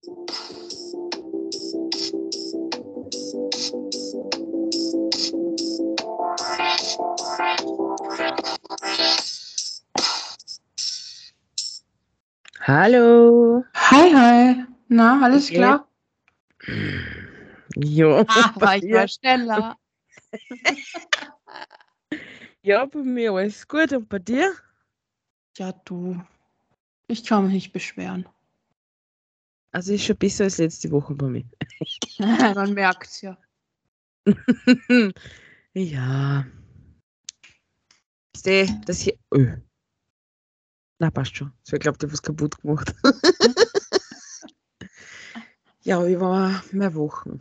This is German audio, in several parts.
Hallo. Hi, hi. Na, alles Wie klar? Ja, bei ich dir? war schneller. Ja, bei mir alles gut. Und bei dir? Ja, du. Ich kann mich nicht beschweren. Also ist schon besser als letzte Woche bei mir. Man merkt's ja. Ja. Das hier. Na, passt schon. Ich glaube, ich habe was kaputt gemacht. Ja, wie war meine Woche?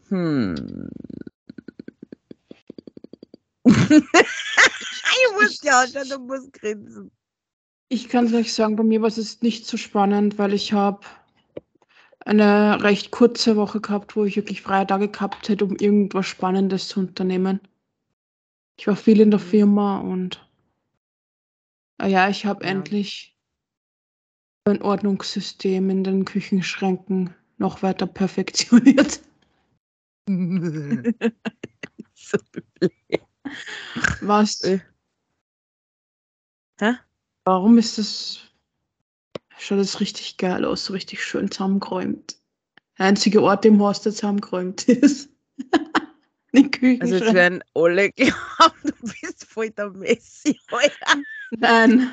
Ich muss ja schon, du musst grinsen. Ich kann es euch sagen, bei mir war es nicht so spannend, weil ich habe eine recht kurze Woche gehabt, wo ich wirklich freie Tage gehabt hätte, um irgendwas Spannendes zu unternehmen. Ich war viel in der Firma und ja, ich habe Ja. endlich ein Ordnungssystem in den Küchenschränken noch weiter perfektioniert. So blöd. Was? Hä? Warum ist das? Schaut das richtig geil aus, so richtig schön zusammengeräumt. Der einzige Ort im Haus, der zusammengeräumt ist. Die Also Küchenschränke. jetzt werden alle glauben, du bist voll der Messi, Alter. Nein.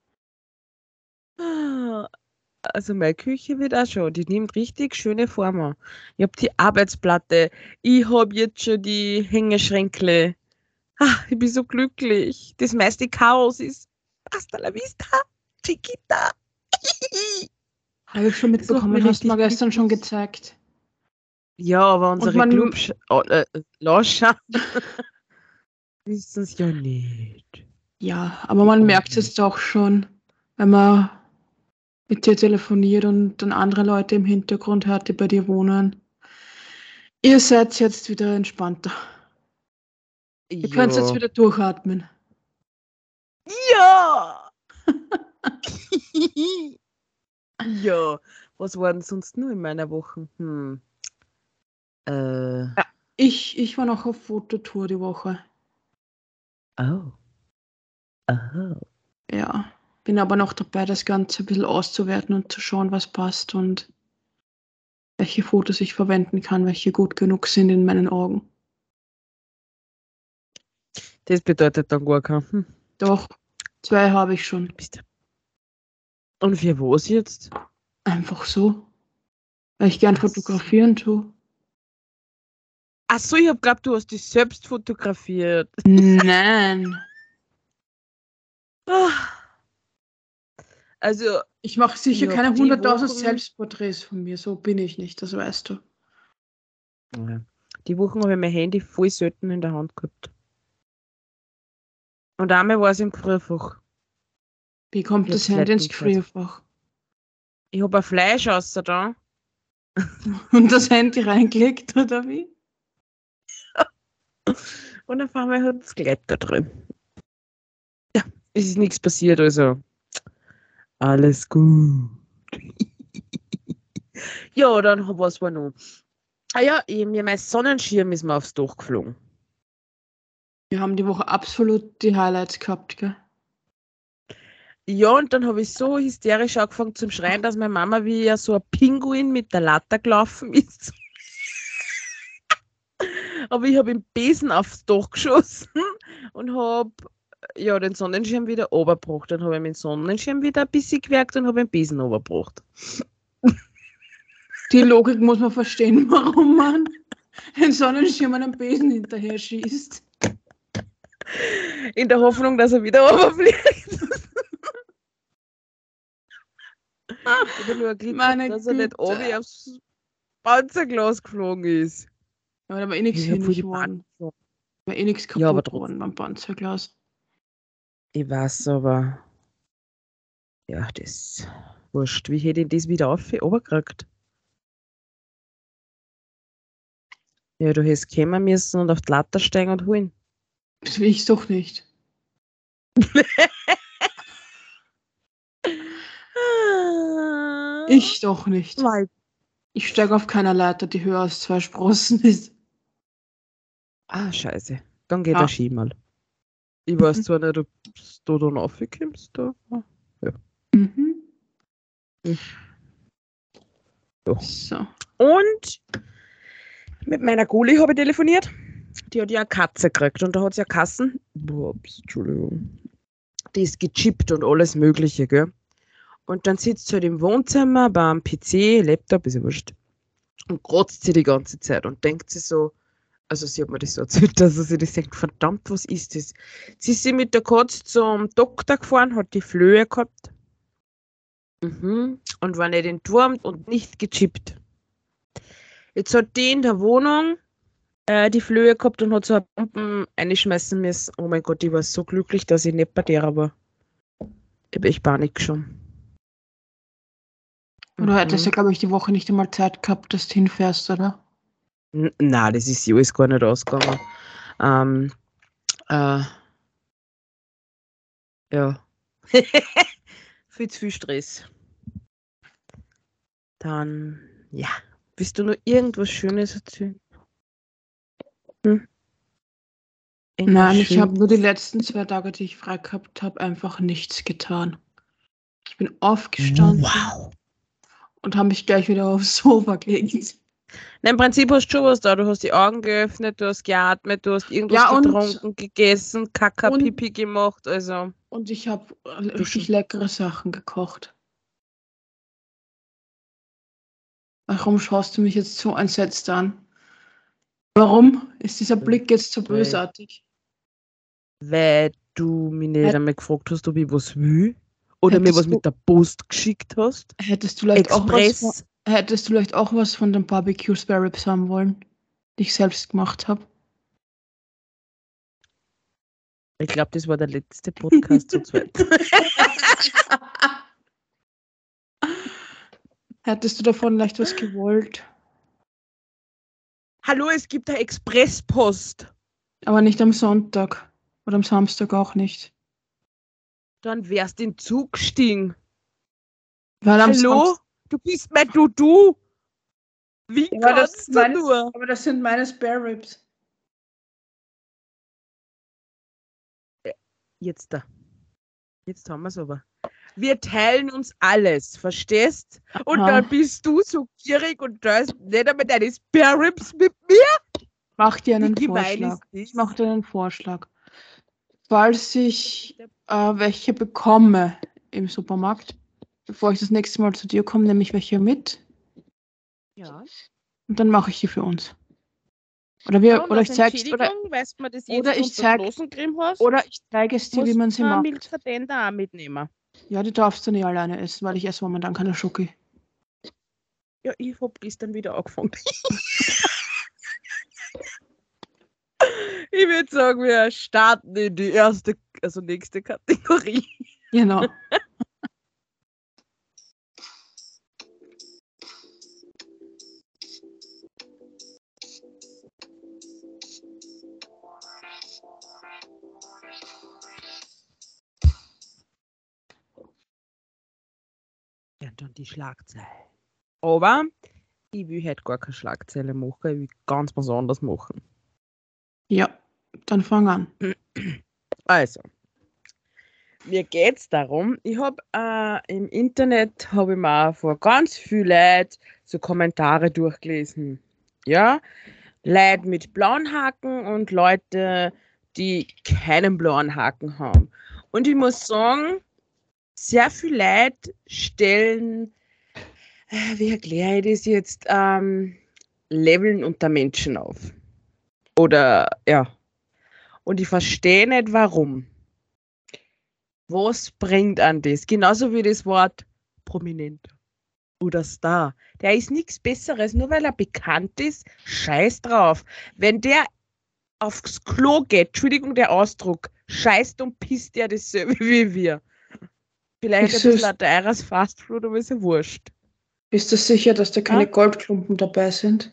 Also meine Küche wird auch schon, die nimmt richtig schöne Form an. Ich habe die Arbeitsplatte, ich habe jetzt schon die Hängeschränkle. Ich bin so glücklich. Das meiste Chaos ist hasta la vista, Chiquita. Habe ich schon Das macht mitbekommen, mich hast du richtig mir gestern schon glücklich. gezeigt. Ja, aber Und unsere man, Lauscher wissen es ja nicht. ja, aber man merkt es doch schon, wenn man mit dir telefoniert und dann andere Leute im Hintergrund hört, die bei dir wohnen. Ihr seid jetzt wieder entspannter. Ihr könnt jetzt Ja. wieder durchatmen. Ja! Ja, was war denn sonst nur in meiner Woche? Ja, ich war noch auf Fototour die Woche. Oh. Oh. Ja, bin aber noch dabei, das Ganze ein bisschen auszuwerten und zu schauen, was passt und welche Fotos ich verwenden kann, welche gut genug sind in meinen Augen. Das bedeutet dann gar kein. Doch, 2 habe ich schon. Und für was jetzt? Einfach so, weil ich gern Ach so. fotografieren tue. Ach so, ich habe geglaubt, du hast dich selbst fotografiert. Nein. Also, Ich mache sicher ich habe keine die 100.000 Wochen, Selbstporträts von mir, so bin ich nicht, das weißt du. die Wochen habe ich mein Handy voll selten in der Hand gehabt. Und einmal war es im Gefrierfach. Wie kommt Ich das hab's Handy ins leiten gehört. Gefrierfach? Ich habe ein Fleisch raus da. Und das Handy reingelegt, oder wie? Und auf einmal hat es gleich da drin. Ja, es ist nichts passiert, also alles gut. Ja, dann was war noch? Ah ja, mein Sonnenschirm ist mir aufs Dach geflogen. Wir haben die Woche absolut die Highlights gehabt, gell? Ja, und dann habe ich so hysterisch angefangen zum Schreien, dass meine Mama wie ja so ein Pinguin mit der Latte gelaufen ist. Aber ich habe den Besen aufs Dach geschossen und habe ja, den Sonnenschirm wieder runtergebracht. Dann habe ich den Sonnenschirm wieder ein bisschen gewerkt und habe den Besen runtergebracht. Die Logik muss man verstehen, warum man den Sonnenschirm an einem Besen hinterher schießt. In der Hoffnung, dass er wieder runterfliegt. Ich habe nur Glück gehabt, Meine dass er nicht oben Güte. aufs Panzerglas geflogen ist. Ja, da war eh nichts Ich habe voll die hinnig Panik worden. gehabt. War eh nichts Ja, aber kaputt worden trotzdem. beim Panzerglas. Ich weiß, aber ja, das wurscht. Wie hätte ich das wieder runtergekriegt? Ja, du hättest kommen müssen und auf die Latte steigen und holen. Das will ich doch nicht. Ich doch nicht. Weil Ich steige auf keiner Leiter, die höher als 2 Sprossen ist. Ah, scheiße. Dann geht Ja. der Ski mal. Ich weiß zwar nicht, ob du dann raufkommst, aber ja. Mhm. Hm. Ja. So. Und mit meiner Guli habe ich telefoniert. Die hat ja eine Katze gekriegt und da hat sie ja Kassen. Ups, Entschuldigung. Die ist gechippt und alles Mögliche, gell? Und dann sitzt sie halt im Wohnzimmer beim PC, Laptop, ist ja wurscht, und kratzt sie die ganze Zeit und denkt sie so, also sie hat mir das so erzählt, dass sie das denkt, verdammt, was ist das? Sie ist sie mit der Katze zum Doktor gefahren, hat die Flöhe gehabt. Und war nicht entwurmt und nicht gechippt. Jetzt hat die in der Wohnung die Flöhe gehabt und hat so eine Pumpen einschmeißen müssen. Oh mein Gott, ich war so glücklich, dass ich nicht bei der war. Ich habe echt Panik schon. Oder hättest du, glaube ich, die Woche nicht einmal Zeit gehabt, dass du hinfährst, oder? Nein, das ist ja alles gar nicht ausgegangen. Ja. Viel zu viel Stress. Dann, ja. Willst du nur irgendwas Schönes erzählen? Nein, ich habe nur die letzten 2 Tage, die ich frei gehabt habe, einfach nichts getan. Ich bin aufgestanden und habe mich gleich wieder aufs Sofa gelegt. Nein, im Prinzip hast du schon was da. Du hast die Augen geöffnet, du hast geatmet, du hast irgendwas Ja, getrunken, gegessen, Kaka, und- Pipi gemacht. Also, Und ich habe richtig leckere Sachen gekocht. Warum schaust du mich jetzt so entsetzt an? Warum ist dieser Blick jetzt so bösartig? weil du mich nicht einmal gefragt hast, ob ich was will. Oder mir Hättest was du- mit der Post geschickt hast. Hättest du vielleicht Express. auch was von den Barbecue Spare Ribs haben wollen, die ich selbst gemacht habe? Ich glaube, das war der letzte Podcast zu zweit. Hättest du davon vielleicht was gewollt? Hallo, es gibt eine Expresspost. Aber nicht am Sonntag oder am Samstag auch nicht. Dann wärst in Zug gestiegen. Weil am Hallo? Du bist mein Dudu. Wie Ja, kannst du nur? aber das sind meine Spare Ribs. Jetzt da. Jetzt haben wir es aber. Wir teilen uns alles, verstehst? Und Aha. dann bist du so gierig und teilst nicht einmal deine Spare Ribs mit mir. Mach dir einen Wie gemein Vorschlag. ist das? Ich mache dir einen Vorschlag. Falls ich welche bekomme im Supermarkt, bevor ich das nächste Mal zu dir komme, nehme ich welche mit Ja. und dann mache ich die für uns. Und Oder ich als zeige es Entschädigung, weil du mir das oder jetzt ich unter zeig- Dosencreme hast, oder ich zeige es dir, wie man sie macht. Milchkadender auch mitnehmen. Ja, die darfst du nicht alleine essen, weil ich esse momentan keine Schoki. Ja, ich hab gestern wieder angefangen. Ich würde sagen, wir starten in die nächste Kategorie. Genau. Ja, dann die Schlagzeile. Aber ich will heute gar keine Schlagzeile machen, ich will ganz was anderes machen. Ja, dann fang an. Also, mir geht es darum, ich habe im Internet, habe ich mir vor ganz viel Leuten so Kommentare durchgelesen. Ja, Leute mit blauen Haken und Leute, die keinen blauen Haken haben. Und ich muss sagen, sehr viele Leute stellen, wie erkläre ich das jetzt, Leveln unter Menschen auf. Oder, ja. Und ich verstehe nicht, warum. Was bringt an das? Genauso wie das Wort prominent oder Star. Der ist nichts Besseres, nur weil er bekannt ist. Scheiß drauf. Wenn der aufs Klo geht, Entschuldigung der Ausdruck, scheißt und pisst der dasselbe wie wir. Vielleicht ein bisschen ein teures Fastfood, aber ist ja wurscht. Bist du sicher, dass da keine Goldklumpen dabei sind?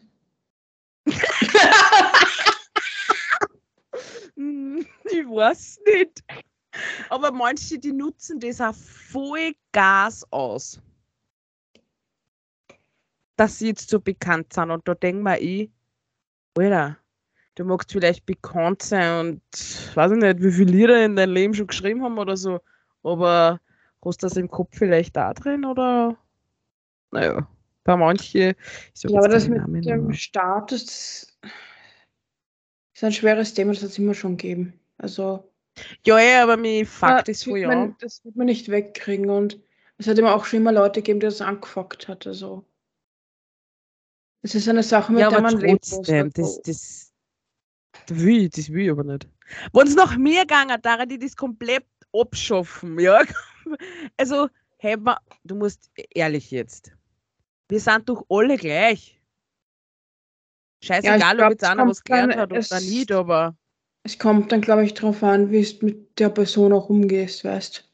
Ich weiß nicht. Aber manche, die nutzen das auch voll Gas aus. dass sie jetzt so bekannt sind. Und da denke mir Alter, du magst vielleicht bekannt sein und weiß ich nicht, wie viele Lieder in deinem Leben schon geschrieben haben oder so, aber hast du das im Kopf vielleicht da drin oder? Naja, bei manchen, ich sage Ja, aber jetzt das keine mit Namen, dem aber. Status, das ist ein schweres Thema, das hat es immer schon gegeben. Also, Ja, aber mir fuckt das voll an. das wird man nicht wegkriegen und es hat immer auch schon immer Leute gegeben, die das angefuckt hat. Also, es ist eine Sache, Ja, mit der aber man leben muss. trotzdem, Also, das will ich aber nicht. Wenn es nach mir gegangen, da die das komplett abschaffen, ja. Also, hey, du musst ehrlich jetzt. Wir sind doch alle gleich. ja, ich Scheißegal, ob glaube, jetzt einer was gelernt hat oder nicht, aber es kommt dann, glaube ich, darauf an, wie es mit der Person auch umgehst, weißt.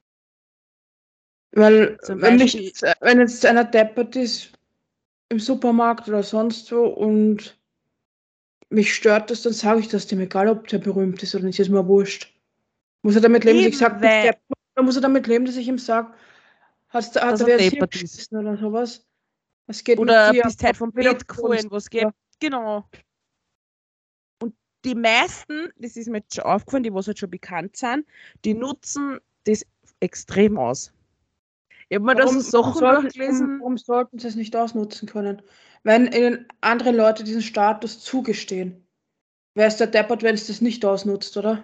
Weil, zum Beispiel, wenn jetzt einer deppert ist im Supermarkt oder sonst wo und mich stört das, dann sage ich das dem, egal ob der berühmt ist oder nicht, ist mir wurscht. Muss er damit leben, dass ich sage, eben, bist weil deppert, oder muss er damit leben, dass ich ihm sage, hat das er ein wer es hier Deppert ist. geschissen oder sowas? Was geht mit Oder dir? bist Ob halt vom du wieder Bett wohnst, gefallen, was ja. geht. Genau. Die meisten, das ist mir jetzt schon aufgefallen, die was halt schon bekannt sind, die nutzen das extrem aus. Ich habe mir da so Sachen durchgelesen. Warum sollten sie es nicht ausnutzen können? Wenn ihnen andere Leute diesen Status zugestehen, wer ist der Deppert, wenn es das nicht ausnutzt, oder?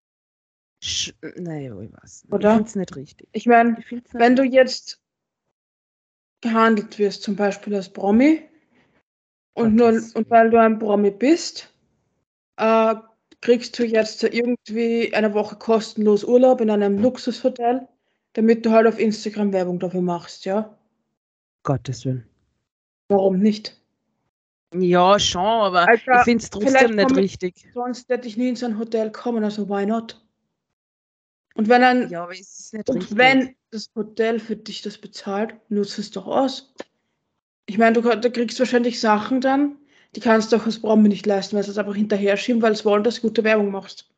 Naja, ich weiß nicht. Ich finde Oder? es nicht richtig. Ich meine, Ich finde es nicht wenn du richtig. jetzt gehandelt wirst, zum Beispiel als Promi, Gottes und Willen. weil du ein Promi bist, äh, kriegst du jetzt irgendwie eine Woche kostenlos Urlaub in einem Luxushotel, damit du halt auf Instagram Werbung dafür machst, ja? Gottes Willen. Warum nicht? Ja, schon, aber ich Alter, finde es trotzdem vielleicht nicht komme ich, richtig. sonst hätte ich nie in so ein Hotel kommen, also why not? Und wenn ein, Ja, aber es ist nicht und richtig. wenn das Hotel für dich das bezahlt, nutze es doch aus. Ich meine, du kriegst wahrscheinlich Sachen dann, die kannst du auch als Promi nicht leisten, weil sie es einfach hinterher schieben, weil sie wollen, dass du gute Werbung machst.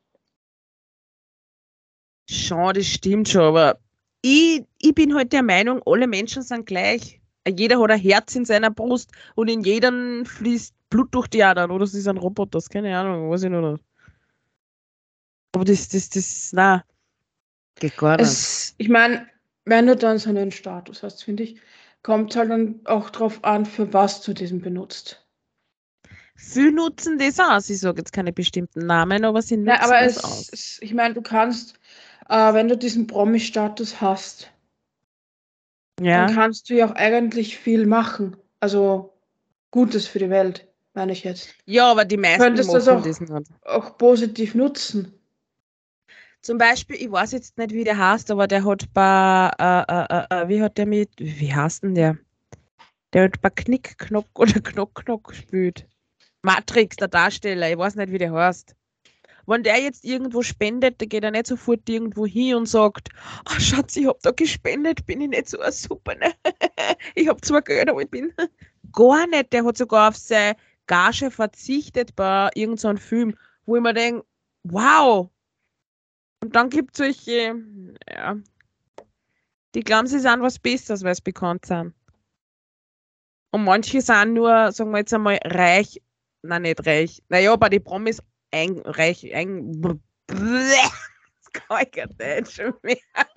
Schon, das stimmt schon, aber ich bin halt der Meinung, alle Menschen sind gleich. Jeder hat ein Herz in seiner Brust und in jedem fließt Blut durch die Adern. Oder sie sind Roboter, keine Ahnung, weiß ich noch nicht. Aber na, geht gar nicht. Ich meine, wenn du dann so einen Status hast, finde ich, kommt es halt dann auch drauf an, für was du diesen benutzt. Viele nutzen das aus. Ich sage jetzt keine bestimmten Namen, aber sie Ja, nutzen aber das aus. ich meine, du kannst, wenn du diesen Promi-Status hast, dann Ja. kannst du ja auch eigentlich viel machen. Also Gutes für die Welt, meine ich jetzt. Ja, aber die Du meisten könntest das machen das nicht. auch positiv nutzen. Zum Beispiel, ich weiß jetzt nicht, wie der heißt, aber der hat bei, wie hat der wie heißt denn der? Der hat bei Knick, Knock oder Knock, Knock gespielt. Matrix, der Darsteller, ich weiß nicht, wie der heißt. Wenn der jetzt irgendwo spendet, dann geht er nicht sofort irgendwo hin und sagt, ah Schatz, ich hab da gespendet, bin ich nicht so ein super, ne? Ich hab zwar Geld, aber ich bin gar nicht. Der hat sogar auf seine Gage verzichtet bei irgendeinem so Film, wo ich mir denke, wow. Und dann gibt es solche, ja, die glauben, sie sind was Besseres, weil sie bekannt sind. Und manche sind nur, sagen wir jetzt einmal, reich, nein, nicht reich. Naja, bei den Promis reich, das kann ich gar nicht schon mehr.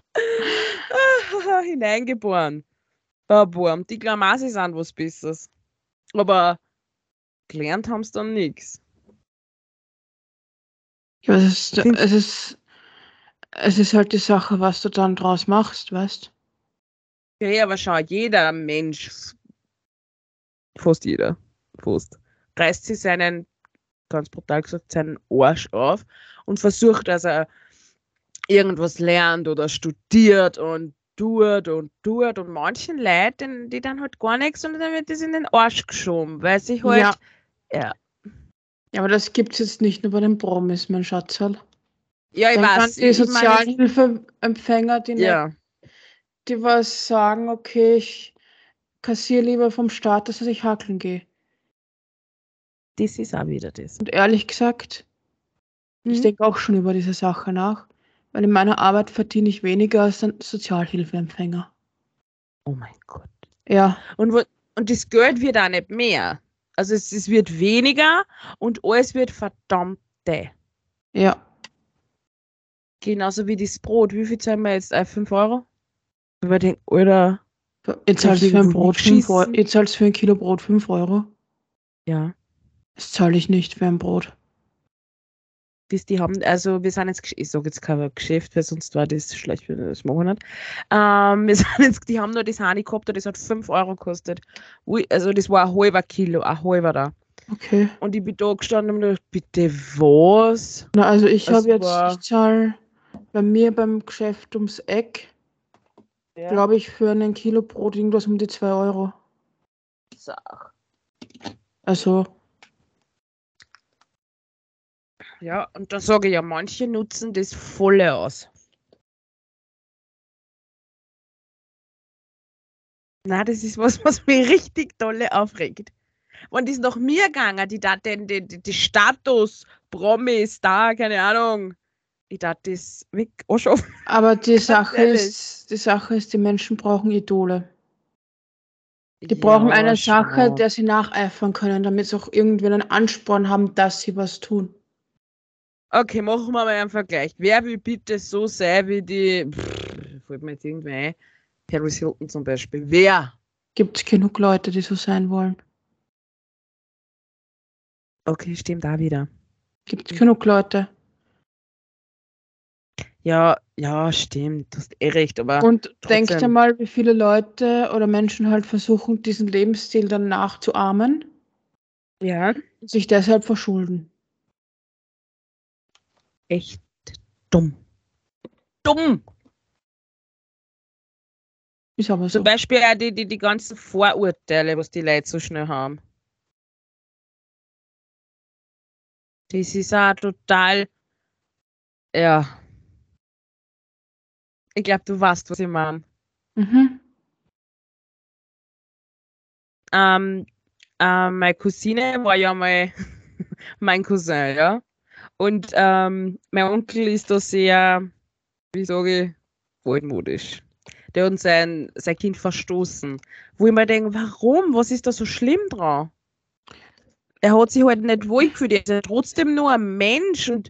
Hineingeboren. Verborn. Die glauben auch, sie sind was Besseres. Aber gelernt haben sie dann nichts. Ja, Ich finde, es ist halt die Sache, was du dann draus machst, weißt? ja, aber schau, jeder Mensch, fast jeder, fast, reißt sich seinen, ganz brutal gesagt, seinen Arsch auf und versucht, dass er irgendwas lernt oder studiert und tut und tut. Und manchen Leuten, die dann halt gar nichts und dann wird das in den Arsch geschoben, weil sich Ja. halt, ja, Ja, aber das gibt es jetzt nicht nur bei den Promis, mein Schatzerl. ja, ich Denk an weiß, die ich meine jetzt, Sozialhilfeempfänger, ja, die was sagen, okay, ich kassiere lieber vom Staat, dass ich hackeln gehe. das ist auch wieder das. Und ehrlich gesagt, ich Mhm. denke auch schon über diese Sache nach, weil in meiner Arbeit verdiene ich weniger als ein Sozialhilfeempfänger. Oh mein Gott. Ja, Und wo, Und das Geld wird auch nicht mehr. Also es wird weniger und alles wird verdammte. Ja. Genauso wie das Brot. Wie viel zahlen wir jetzt? 5 Euro? Über den, oder Jetzt bin ich zahlst du für ein irgendwo Brot 5 Euro. hingeschissen? Jetzt zahlst du für ein Kilo Brot 5 Euro. Ja. Das zahle ich nicht für ein Brot. Die haben, also wir sind jetzt, ich sage jetzt kein Geschäft, weil sonst war das schlecht, wenn ich das machen nicht. Wir sind jetzt, die haben nur das Hani gehabt und das hat 5 Euro gekostet. Also das war ein halber Kilo, ein halber da. Okay. Und ich bin da gestanden und mir gedacht, bitte was? Na, also ich Es habe jetzt, ich war, zahle bei mir beim Geschäft ums Eck, ja, glaube ich, für ein Kilo Brot irgendwas um die 2 Euro. Sach. Also, Ja, und da sage ich ja, manche nutzen das volle aus. Na, das ist was, was mich richtig dolle aufregt. Wenn das nach mir gegangen, die da die Status, Promis, da, keine Ahnung, ich darf das weg anschaffen, aber ganz ehrlich. Die Sache ist, die Menschen brauchen Idole. Die brauchen Ja, eine Sache, schon. der sie nacheifern können, damit sie auch irgendwie einen Ansporn haben, dass sie was tun. Okay, machen wir mal einen Vergleich. Wer will bitte so sein wie die, fällt mir jetzt irgendwie ein, Paris Hilton zum Beispiel. Wer? Gibt es genug Leute, die so sein wollen? Okay, stimmt auch wieder. Gibt es genug Leute? Ja, ja, stimmt, du hast eh recht, aber Und denk dir trotzdem. mal, wie viele Leute oder Menschen halt versuchen, diesen Lebensstil dann nachzuahmen Ja, und sich deshalb verschulden. echt dumm. Dumm! Ist aber Zum so. Beispiel auch die ganzen Vorurteile, was die Leute so schnell haben. Das ist auch total, ja, ich glaube, du weißt, was ich meine. Mhm. Ähm, Meine Cousine war ja mal mein Cousin, ja. Und mein Onkel ist da sehr, wie sage ich, altmodisch. Der hat sein Kind verstoßen. Wo ich mir denke, warum? Was ist da so schlimm dran? Er hat sich halt nicht wohl gefühlt. Er ist ja trotzdem nur ein Mensch und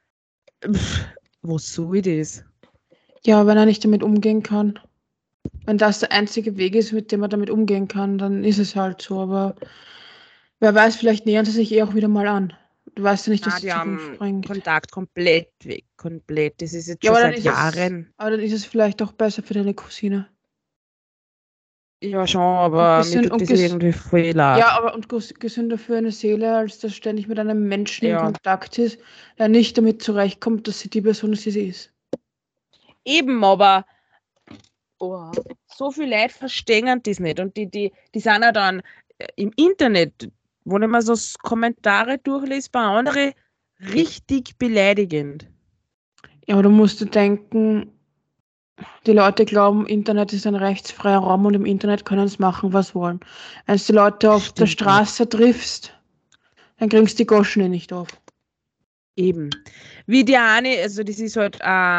was soll das? Ja, wenn er nicht damit umgehen kann. Wenn das der einzige Weg ist, mit dem er damit umgehen kann, dann ist es halt so. Aber wer weiß, vielleicht nähern sie sich eh auch wieder mal an. Du weißt ja nicht, was Na, die die Zukunft haben bringt. Kontakt komplett weg. Komplett. Das ist jetzt Ja, schon seit Jahren. aber dann ist es vielleicht auch besser für deine Cousine. Ja, schon, Und aber mir gesünd tut und das ges irgendwie voll ja, leid. aber und gesünder für eine Seele, als dass ständig mit einem Menschen in Ja. Kontakt ist, der nicht damit zurechtkommt, dass sie die Person ist, die sie ist. Eben, aber oh, so viele Leute verstehen das nicht. Und die sind ja dann im Internet, wo ich mal so Kommentare durchlese bei anderen, richtig beleidigend. Ja, aber du musst dir denken, die Leute glauben, Internet ist ein rechtsfreier Raum und im Internet können sie machen, was sie wollen. Wenn du die Leute auf der Stimmt nicht. Straße triffst, dann kriegst du die Goschen eh nicht auf. Eben. Wie die eine, also das ist halt,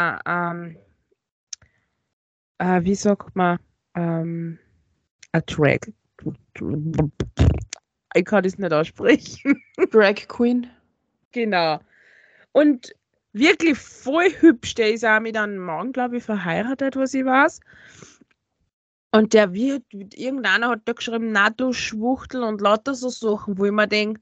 wie sagt man, ein Drag. Ich kann das nicht aussprechen. Drag Queen. Genau. Und wirklich voll hübsch. Der ist auch mit einem Mann, glaube ich, verheiratet, was ich weiß. Und der wird, irgendeiner hat da geschrieben, na du Schwuchtel und lauter so Sachen, wo ich mir denke,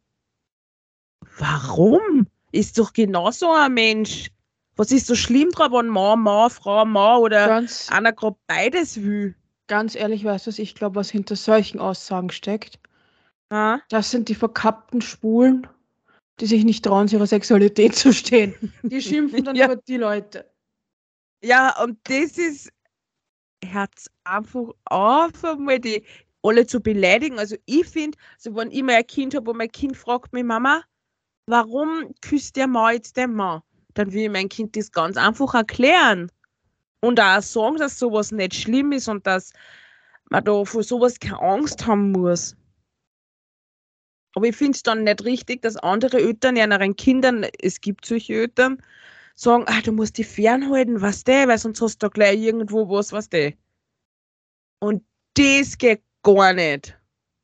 warum? Ist doch genauso ein Mensch. Was ist so schlimm dran, wenn Mann, Frau, Mann oder Ganz, einer gerade beides will? ganz ehrlich, weißt du, was ich glaube, was hinter solchen Aussagen steckt? Ha? Das sind die verkappten Schwulen, die sich nicht trauen, zu ihrer Sexualität zu stehen. Die schimpfen dann Ja, über die Leute. ja, und das ist, hört einfach auf, einmal die alle zu beleidigen. Also ich finde, also wenn ich mal ein Kind habe und mein Kind fragt mich, Mama, warum küsst der Mann jetzt den Mann? Dann will ich mein Kind das ganz einfach erklären. Und auch sagen, dass sowas nicht schlimm ist und dass man da vor sowas keine Angst haben muss. Aber ich finde es dann nicht richtig, dass andere Eltern ihren Kindern, es gibt solche Eltern, sagen, du musst dich fernhalten, was der, weil sonst hast du da gleich irgendwo was, was der. Und das geht gar nicht.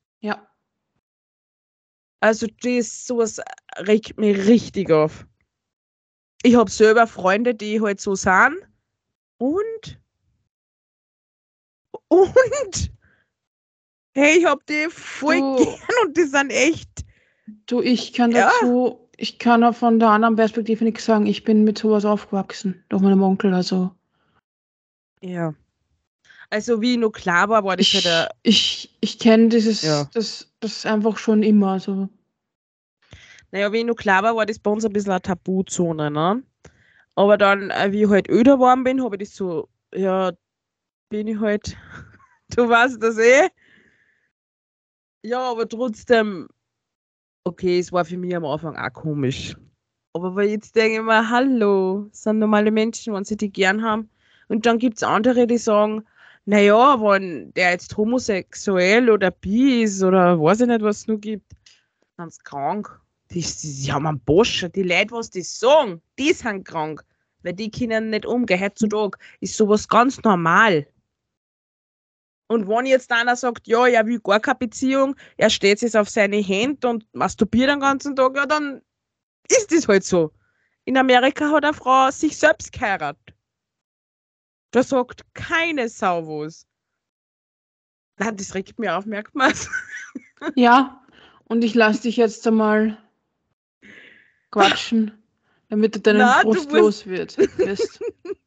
Also sowas regt mich richtig auf. Ich habe selber Freunde, die halt so sind und, und, hey, ich habe die voll gern Du, und die sind echt, ich kann ja, ich kann auch von der anderen Perspektive nichts sagen. Ich bin mit sowas aufgewachsen, durch meinen Onkel, also. ja. Also wie ich noch klar war, war das halt Ich kenne ja. das einfach schon immer, also. Naja, wie ich noch klar war, war das bei uns ein bisschen eine Tabuzone, ne? Aber dann, wie ich halt öder geworden bin, habe ich das so, ja, bin ich halt, du weißt das eh. Ja, aber trotzdem, okay, es war für mich am Anfang auch komisch. Aber jetzt denke ich mir, hallo, das sind normale Menschen, wenn sie die gern haben. Und dann gibt es andere, die sagen, naja, wenn der jetzt homosexuell oder bi ist oder weiß ich nicht, was es noch gibt, dann ist krank. Die haben einen Bosch. Die Leute, was die sagen, die sind krank. Weil die können nicht umgehen. Heutzutage ist sowas ganz normal. Und wenn jetzt einer sagt, ja, er will gar keine Beziehung, er steht jetzt auf seine Hände und masturbiert den ganzen Tag, ja, dann ist das halt so. In Amerika hat eine Frau sich selbst geheiratet. Da sagt keine Sau was. Nein, das regt mir auf, merkt man es. Ja, und ich lasse dich jetzt einmal quatschen, damit du deinen Na, du Frust musst. los wirst.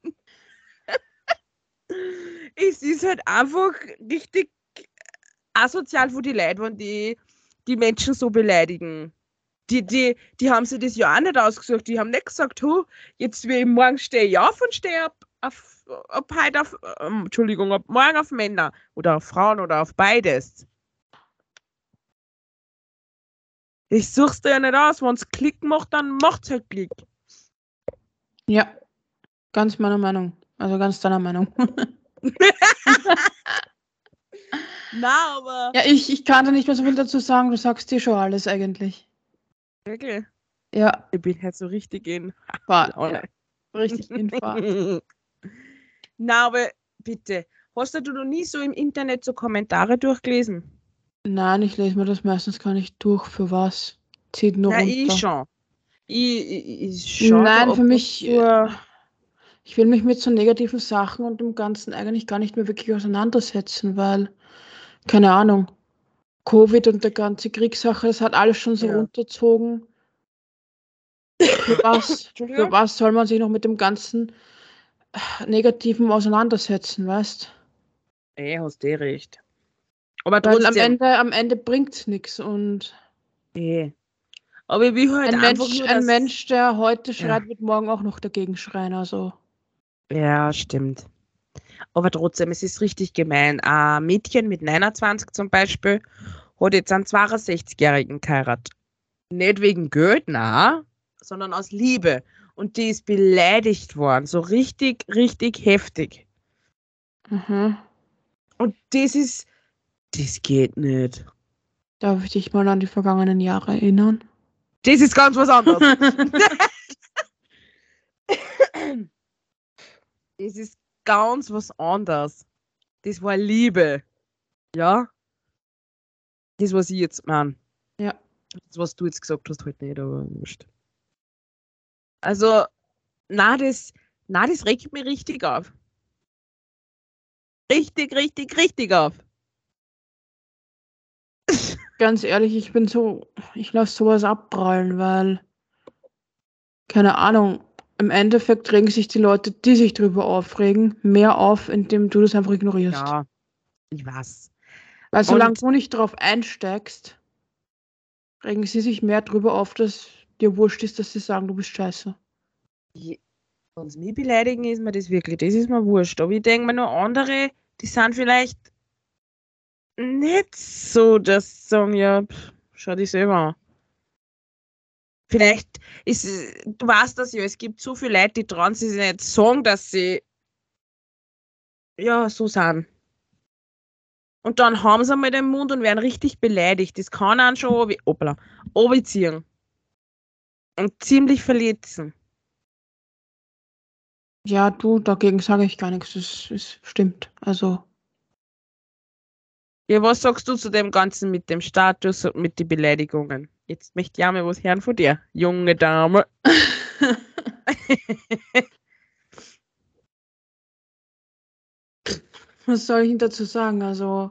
Es ist halt einfach richtig asozial für die Leute, wenn die Menschen so beleidigen. Die haben sich das ja auch nicht ausgesucht. Die haben nicht gesagt, jetzt wie morgen stehe ich auf und stehe ab heute auf, Entschuldigung, ab morgen auf Männer oder auf Frauen oder auf beides. Ich such's dir ja nicht aus. Wenn es Klick macht, dann macht's halt Klick. Ja, ganz meiner Meinung. Also ganz deiner Meinung. Na, aber. Ja, ich kann da nicht mehr so viel dazu sagen. Du sagst dir schon alles eigentlich. Wirklich? Ja, Ich bin halt so richtig in Ja, Laune. richtig in Fahrt. Na, aber bitte, hast du noch nie so im Internet so Kommentare durchgelesen? Nein, ich lese mir das meistens gar nicht durch. Für was? Zieht nur Na, ich runter. schon. Ich schaue da Nein, ab für und mich, zu. ich will mich mit so negativen Sachen und dem Ganzen eigentlich gar nicht mehr wirklich auseinandersetzen, weil, keine Ahnung, Covid und der ganze Kriegssache, das hat alles schon so Ja. runterzogen. Für was? Für Entschuldigung? was soll man sich noch mit dem ganzen Negativen auseinandersetzen, weißt? Hast eh recht. Aber Weil trotzdem, am Ende bringt's nichts und eh. Aber ich will halt einfach nur, Ein dass. Mensch, der heute Ja, schreit, wird morgen auch noch dagegen schreien, also. ja, stimmt. Aber trotzdem, es ist richtig gemein. Ein Mädchen mit 29 zum Beispiel hat jetzt einen 62-Jährigen geheiratet. Nicht wegen Geld, na, sondern aus Liebe. Und die ist beleidigt worden. So richtig, richtig heftig. Mhm. Und das geht nicht. Darf ich dich mal an die vergangenen Jahre erinnern? Das ist ganz was anderes. Das ist ganz was anderes. Das war Liebe. Ja? Das, was ich jetzt meine. Ja, Das, was du jetzt gesagt hast, halt nicht, aber wurscht. Also, na, das regt mich richtig auf. Richtig, richtig, richtig auf. ganz ehrlich, ich lasse sowas abprallen, weil, keine Ahnung, im Endeffekt regen sich die Leute, die sich drüber aufregen, mehr auf, indem du das einfach ignorierst. Ja, ich weiß. Weil solange Und du nicht drauf einsteigst, regen sie sich mehr drüber auf, dass dir wurscht ist, dass sie sagen, du bist scheiße. wenn sie mich beleidigen, ist mir das wirklich, das ist mir wurscht. Aber ich denke mir nur andere, die sind vielleicht nicht so, dass sie sagen, ja, schau dich selber an. Vielleicht ist, du weißt das ja, es gibt so viele Leute, die trauen sich nicht sagen, dass sie ja so sind. Und dann haben sie einmal den Mund und werden richtig beleidigt. Das kann einen schon runterziehen und ziemlich verletzen. Ja, du, dagegen sage ich gar nichts, das stimmt. Also, Ja, was sagst du zu dem Ganzen mit dem Status und mit den Beleidigungen? Jetzt möchte ich auch mal was hören von dir, junge Dame. Was soll ich Ihnen dazu sagen? Also,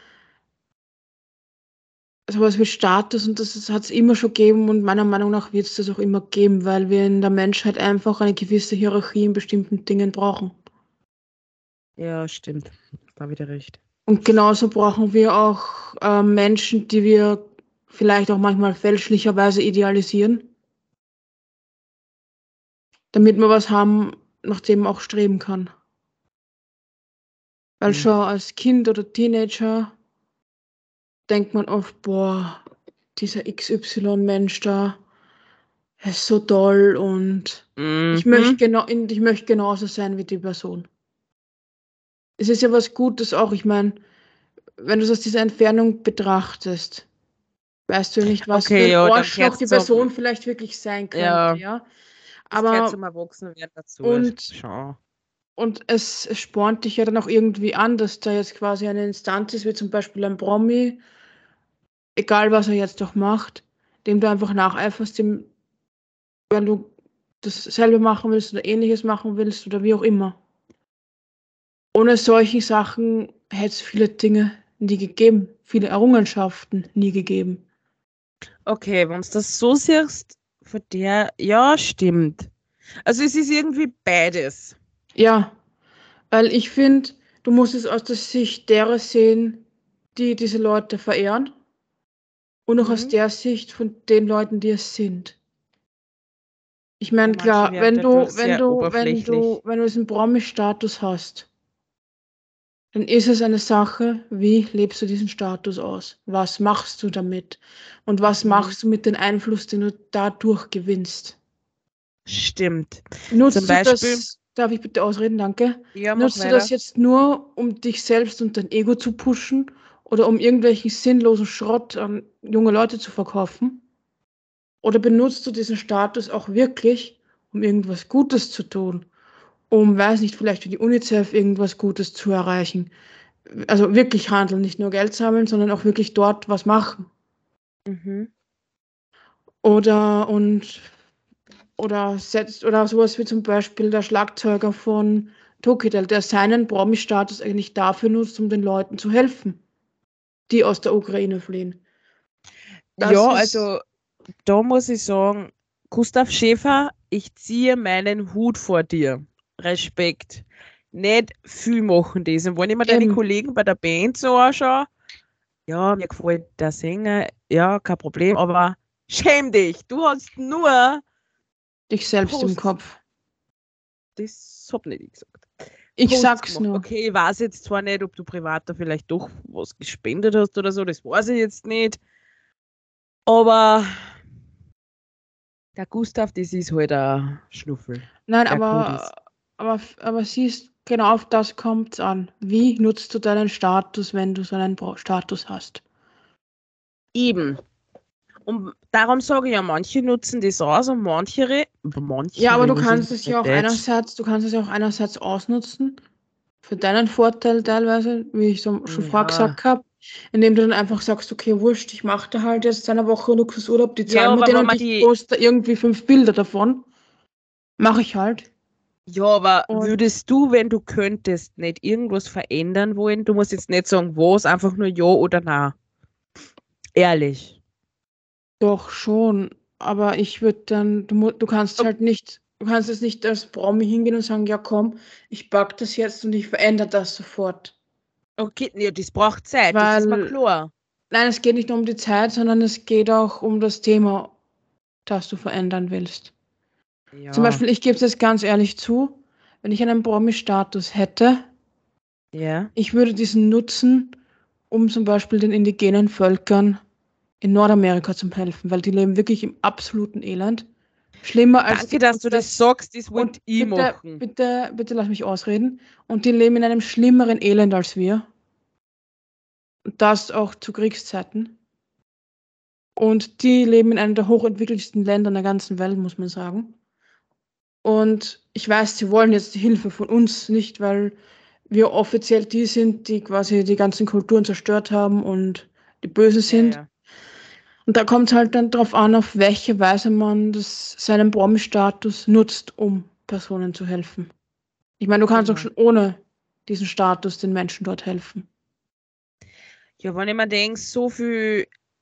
sowas wie Status und das hat es immer schon gegeben und meiner Meinung nach wird es das auch immer geben, weil wir in der Menschheit einfach eine gewisse Hierarchie in bestimmten Dingen brauchen. Ja, stimmt. War wieder recht. Und genauso brauchen wir auch Menschen, die wir vielleicht auch manchmal fälschlicherweise idealisieren, damit wir was haben, nach dem man auch streben kann. Weil Hm. schon als Kind oder Teenager denkt man oft, boah, dieser XY-Mensch da, er ist so toll und ich möchte Mhm. ich möchte genauso sein wie die Person. Es ist ja was Gutes auch, ich meine, wenn du es aus dieser Entfernung betrachtest, weißt du ja nicht, was für Okay, ein ja, dann Arschloch gehört die zum, Person vielleicht wirklich sein könnte, ja, ja. das gehört Aber zum Erwachsenwerden dazu. und, Schon. und es spornt dich ja dann auch irgendwie an, dass da jetzt quasi eine Instanz ist, wie zum Beispiel ein Promi, egal was er jetzt doch macht, dem du einfach nacheiferst, dem, wenn du dasselbe machen willst oder ähnliches machen willst oder wie auch immer. Ohne solche Sachen hätte es viele Dinge nie gegeben, viele Errungenschaften nie gegeben. Okay, wenn du das so siehst, von der, ja, stimmt. Also es ist irgendwie beides. Ja, weil ich finde, du musst es aus der Sicht derer sehen, die diese Leute verehren und auch aus Mhm. der Sicht von den Leuten, die es sind. Ich Ja, meine, manche klar, werden dadurch sehr oberflächlich. wenn du diesen Promi-Status hast, dann ist es eine Sache, wie lebst du diesen Status aus? Was machst du damit? Und was Mhm. machst du mit dem Einfluss, den du dadurch gewinnst? Stimmt. Zum Nutzt du Beispiel, das, darf ich bitte ausreden, danke? ja, mach Nutzt du das weiter. jetzt nur, um dich selbst und dein Ego zu pushen oder um irgendwelchen sinnlosen Schrott an junge Leute zu verkaufen? Oder benutzt du diesen Status auch wirklich, um irgendwas Gutes zu tun? Um, weiß nicht, vielleicht für die UNICEF irgendwas Gutes zu erreichen? Also wirklich handeln, nicht nur Geld sammeln, sondern auch wirklich dort was machen. Mhm. Oder und oder sowas wie zum Beispiel der Schlagzeuger von Tokidel, der seinen Promi-Status eigentlich dafür nutzt, um den Leuten zu helfen, die aus der Ukraine fliehen. Das Ja, ist also da muss ich sagen, Gustav Schäfer, ich ziehe meinen Hut vor dir. Respekt. Nicht viel machen das. Und wenn ich mir deine eben Kollegen bei der Band so anschaue, ja, mir gefällt der Sänger, ja, kein Problem, aber schäm dich, du hast nur dich selbst im Posts, Kopf. das hab nicht ich gesagt, Ich Posts sag's gemacht. nur. Okay, ich weiß jetzt zwar nicht, ob du privat da vielleicht doch was gespendet hast oder so, das weiß ich jetzt nicht, aber der Gustav, das ist halt ein Schnuffel. Nein, Der kann das. aber siehst, genau auf das kommt's an. Wie nutzt du deinen Status, wenn du so einen Status hast? Eben. Und darum sage ich ja, manche nutzen das aus und Ja, aber was ist das mit Deutsch? du kannst es ja auch einerseits ausnutzen für deinen Vorteil teilweise, wie ich so schon vorher Ja. gesagt habe, indem du dann einfach sagst, okay, wurscht, ich mache da halt jetzt eine Woche Luxusurlaub, die Ja, zahlen mir aber den wenn und man ich die, poste irgendwie 5 Bilder davon. Mache ich halt. ja, aber Und würdest du, wenn du könntest, nicht irgendwas verändern wollen? Du musst jetzt nicht sagen, was, einfach nur ja oder nein. Ehrlich. doch schon, aber ich würde dann, du kannst jetzt nicht als Promi hingehen und sagen, ja komm, ich pack das jetzt und ich verändere das sofort. Okay, ja, das braucht Zeit, das ist mir Weil, klar. nein, es geht nicht nur um die Zeit, sondern es geht auch um das Thema, das du verändern willst. Zum Ja, Beispiel, ich gebe es jetzt ganz ehrlich zu, wenn ich einen Promi-Status hätte, ja, ich würde diesen nutzen, um zum Beispiel den indigenen Völkern in Nordamerika zu helfen, weil die leben wirklich im absoluten Elend. Schlimmer als danke, die, dass und du das das, sagst, das und wollte ich machen. bitte lass mich ausreden. Und die leben in einem schlimmeren Elend als wir. Und das auch zu Kriegszeiten. Und die leben in einem der hochentwickelsten Länder der ganzen Welt, muss man sagen. Und ich weiß, sie wollen jetzt die Hilfe von uns nicht, weil wir offiziell die sind, die quasi die ganzen Kulturen zerstört haben und die Böse Ja, sind. ja. Und da kommt es halt dann darauf an, auf welche Weise man seinen Promi-Status nutzt, um Personen zu helfen. Ich meine, du kannst auch Genau. schon ohne diesen Status den Menschen dort helfen. Ja, wenn ich mir denke, so viel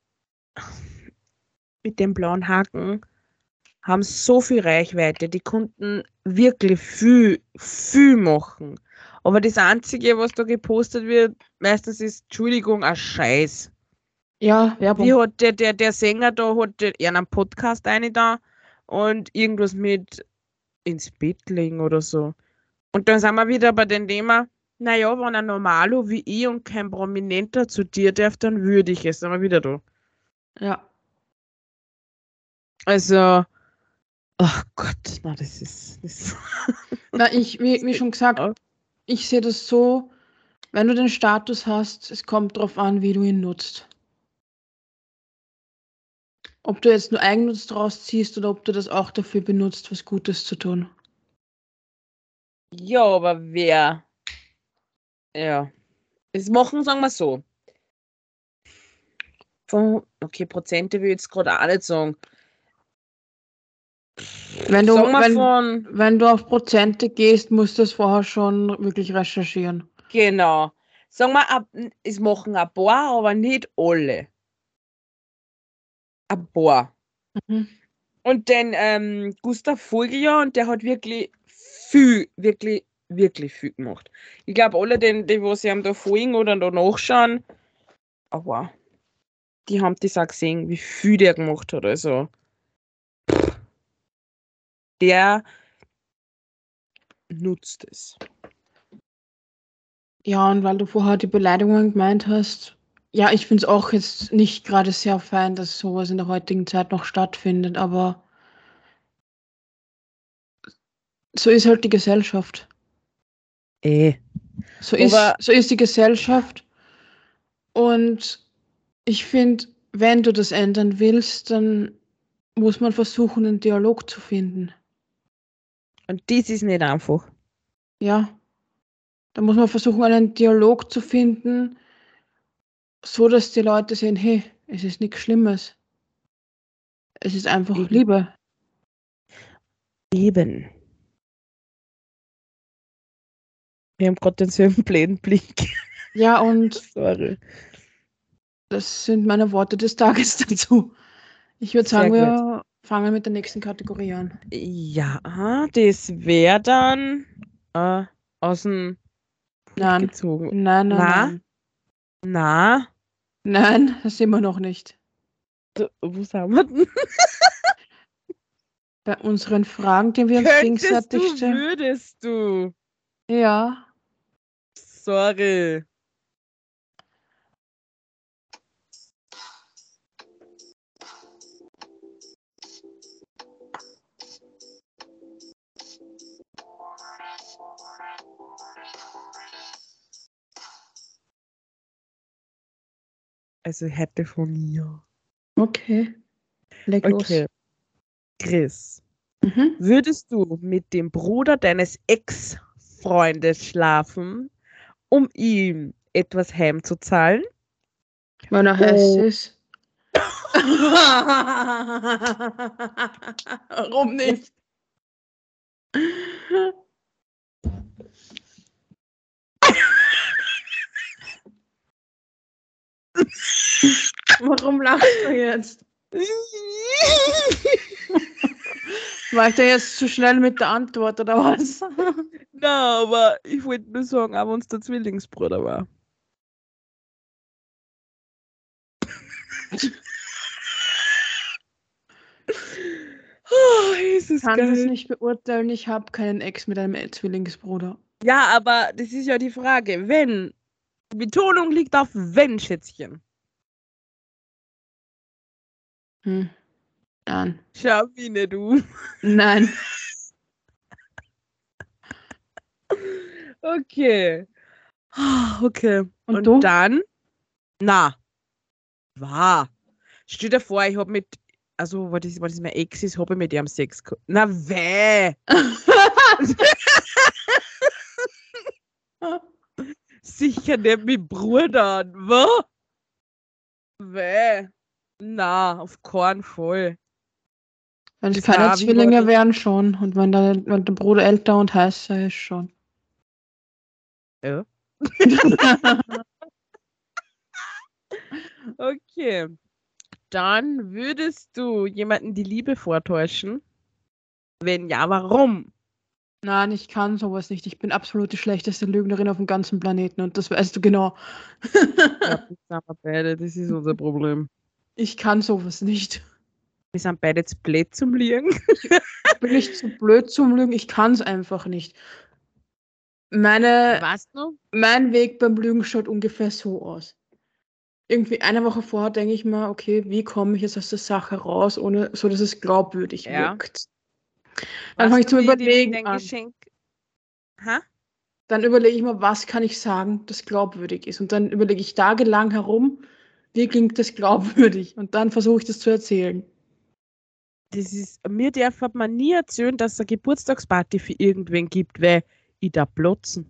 mit dem blauen Haken haben so viel Reichweite, die konnten wirklich viel, viel machen. Aber das Einzige, was da gepostet wird, meistens ist, Entschuldigung, ein Scheiß. Ja, Wie Werbung. hat der Sänger da, hat er einen Podcast eine da und irgendwas mit ins Bett legen oder so. Und dann sind wir wieder bei dem Thema, naja, wenn ein Normalo wie ich und kein Prominenter zu dir darf, dann würde ich es. Sind wir wieder da. Ja. Also, ach Gott, na, das ist. Na, wie schon gesagt, Oh, ich sehe das so, wenn du den Status hast, es kommt darauf an, wie du ihn nutzt. Ob du jetzt nur Eigennutz draus ziehst oder ob du das auch dafür benutzt, was Gutes zu tun. ja, aber wer? Ja. Das machen, sagen wir so. Okay, Prozente will ich jetzt gerade auch nicht sagen. Wenn du, Sagen wir wenn, von, wenn du auf Prozente gehst, musst du es vorher schon wirklich recherchieren. genau. Sagen wir, es machen ein paar, aber nicht alle. Ein paar. Mhm. Und den Gustav Vogel, und der hat wirklich viel, wirklich, wirklich viel gemacht. Ich glaube, alle, die was ihm da folgen oder da nachschauen, aber die haben das auch gesehen, wie viel der gemacht hat. Also, der nutzt es. Ja, und weil du vorher die Beleidigungen gemeint hast, ja, ich finde es auch jetzt nicht gerade sehr fein, dass sowas in der heutigen Zeit noch stattfindet, aber so ist halt die Gesellschaft. Eh. So ist, Aber so ist die Gesellschaft. Und ich finde, wenn du das ändern willst, dann muss man versuchen, einen Dialog zu finden. und das ist nicht einfach. Ja, da muss man versuchen, einen Dialog zu finden, so dass die Leute sehen, hey, es ist nichts Schlimmes. Es ist einfach Eben. Liebe. Eben. Wir haben gerade denselben blöden Blick. Ja, und Sorry. das sind meine Worte des Tages dazu. Ich würde Sehr sagen, gut. wir fangen mit der nächsten Kategorie an. Ja, das wäre dann äh, aus dem Hut Nein, gezogen. nein, nein, Na, nein. na, Nein, das sind wir noch nicht. wo sind wir denn? Bei unseren Fragen, die wir uns Könntest gegenseitig du, stellen. würdest du. Ja, Sorry. Also hätte von mir. okay. Leg los. Okay, Chris. Mhm. Würdest du mit dem Bruder deines Ex-Freundes schlafen, um ihm etwas heimzuzahlen? Wenn er heiß Oh. ist. Warum nicht? Warum lachst du jetzt? War ich da jetzt zu schnell mit der Antwort oder was? Na, aber ich wollte nur sagen, aber uns der Zwillingsbruder war. Oh, ist Ich es kann das geil. nicht beurteilen. Ich habe keinen Ex mit einem Zwillingsbruder. Ja, aber das ist ja die Frage. Wenn. Die Betonung liegt auf wenn, Schätzchen. Hm. Nein. Schau wie nicht du. Nein. Okay. Okay. Und Und du? dann? Na, war. Stell dir vor, ich hab mit. Also, weil das mein Ex ist, habe ich mit ihm Sex gehabt. Na, weh! Sicher nicht mit Bruder. Was? Weh. Na, auf keinen Fall. Wenn es Das war keine auch, wie war Zwillinge das? wären, schon. Und wenn der Bruder älter und heißer ist, schon. Ja. Okay. Dann würdest du jemanden die Liebe vortäuschen? Wenn ja, warum? Nein, ich kann sowas nicht. Ich bin absolut die schlechteste Lügnerin auf dem ganzen Planeten und das weißt du genau. Ja, das sind wir beide, das ist unser Problem. Ich kann sowas nicht. Wir sind beide zu blöd zum Liegen. Ich bin nicht zu blöd zum Lügen, ich kann es einfach nicht. Meine, Weißt du? mein Weg beim Lügen schaut ungefähr so aus. Irgendwie eine Woche vorher denke ich mir, okay, wie komme ich jetzt aus der Sache raus, ohne so dass es glaubwürdig Ja. wirkt. Dann fange Weißt ich du, zum wie ich dir Überlegen irgendein an. Geschenk. Ha? Dann überlege ich mir, was kann ich sagen, das glaubwürdig ist. Und dann überlege ich tagelang herum, wie klingt das glaubwürdig. Und dann versuche ich das zu erzählen. Das ist, mir darf man nie erzählen, dass es eine Geburtstagsparty für irgendwen gibt, weil ich da platzen.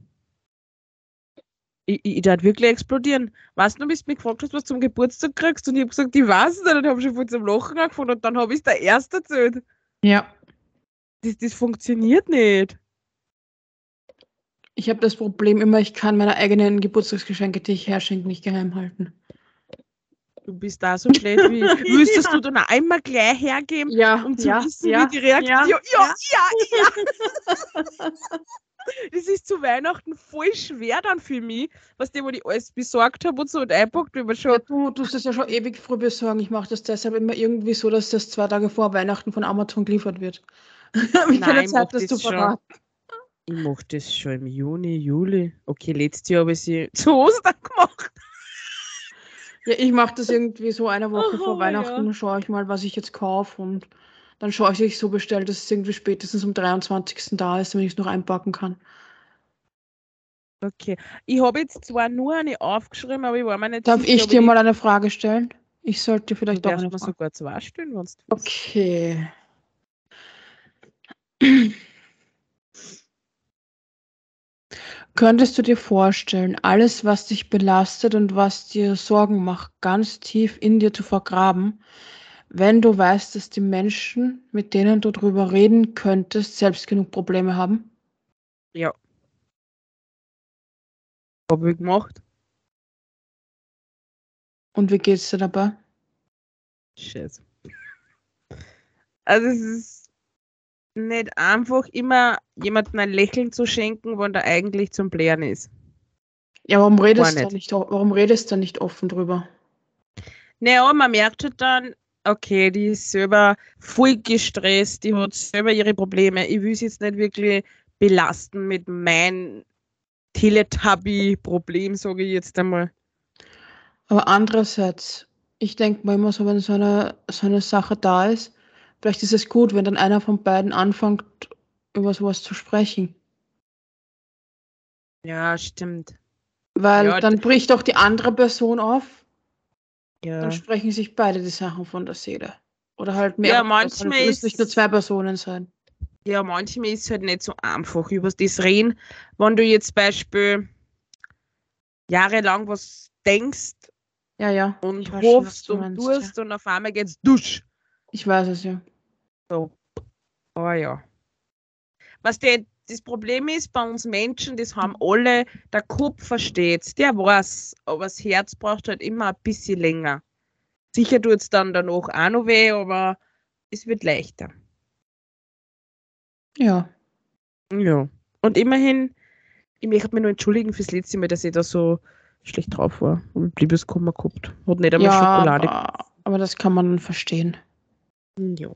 Ich darf wirklich explodieren. Weißt du, wie du mich gefragt hast, was du zum Geburtstag kriegst? Und ich habe gesagt, ich weiß es nicht. Und ich habe schon voll zum Lachen angefangen und dann habe ich es der Erste erzählt. Ja. Das funktioniert nicht. Ich habe das Problem immer, ich kann meine eigenen Geburtstagsgeschenke, die ich herschenke, nicht geheim halten. Du bist da so blöd wie. Wüsstest du dann auch einmal gleich hergeben, Ja, um zu ja, wissen, wie ja, die Reaktion. ja, Ja, ja. ja, ja. Das ist zu Weihnachten voll schwer dann für mich, was die, wo ich alles besorgt habe und so und einpackt, wie man Ja, schon. du tust das ja schon ewig früh besorgen. Ich mache das deshalb immer irgendwie so, dass das 2 Tage vor Weihnachten von Amazon geliefert wird. Habe ich keine Nein, ich Zeit, mach das zu das schon. verraten. Ich mach das schon im Juni, Juli. Okay, letztes Jahr habe ich sie zu Ostern gemacht. Ja, ich mache das irgendwie so eine Woche vor Oh, ja. Weihnachten, schaue ich mal, was ich jetzt kaufe und dann schaue ich, dass ich so bestelle, dass es irgendwie spätestens am 23. da ist, damit ich es noch einpacken kann. Okay. Ich habe jetzt zwar nur eine aufgeschrieben, aber ich war mir nicht Darf sicher, ich ob ich dir die. mal eine Frage stellen? Ich sollte dir Du vielleicht doch darfst eine mir Frage. sogar zwei stellen, wenn du willst. Okay. Könntest du dir vorstellen, alles, was dich belastet und was dir Sorgen macht, ganz tief in dir zu vergraben, wenn du weißt, dass die Menschen, mit denen du drüber reden könntest, selbst genug Probleme haben? Ja, habe ich gemacht. Und wie geht's dir dabei? Scheiße. Also es ist nicht einfach immer jemandem ein Lächeln zu schenken, wenn der eigentlich zum Blären ist. Ja, Gar nicht. warum redest du nicht offen drüber? Naja, man merkt schon dann, okay, die ist selber voll gestresst, die hat selber ihre Probleme. Ich will sie jetzt nicht wirklich belasten mit meinem Teletubby-Problem, sage ich jetzt einmal. Aber andererseits, ich denke mir immer so, wenn so eine Sache da ist, vielleicht ist es gut, wenn dann einer von beiden anfängt, über sowas zu sprechen. Ja, stimmt. Weil Ja, dann bricht auch die andere Person auf, dann ja. sprechen sich beide die Sachen von der Seele. Oder halt Ja, mehrere Personen. Es müssen nicht nur 2 Personen sein. manchmal ist es halt nicht so einfach über das Reden. Wenn du jetzt Beispiel jahrelang was denkst Ja, ja, ich und weiß schon, was hoffst du und meinst, ja. tust und auf einmal geht's dusch. Ich weiß es ja. So, oh ja. Was das Problem ist bei uns Menschen, das haben alle, der Kopf versteht's, der weiß, aber das Herz braucht halt immer ein bisschen länger. Sicher tut es dann danach auch noch weh, aber es wird leichter. Ja. Ja. Und immerhin, ich möchte mich nur entschuldigen fürs letzte Mal, dass ich da so schlecht drauf war und Liebeskummer gehabt. Hat nicht einmal Ja, Schokolade. aber das kann man dann verstehen. Ja.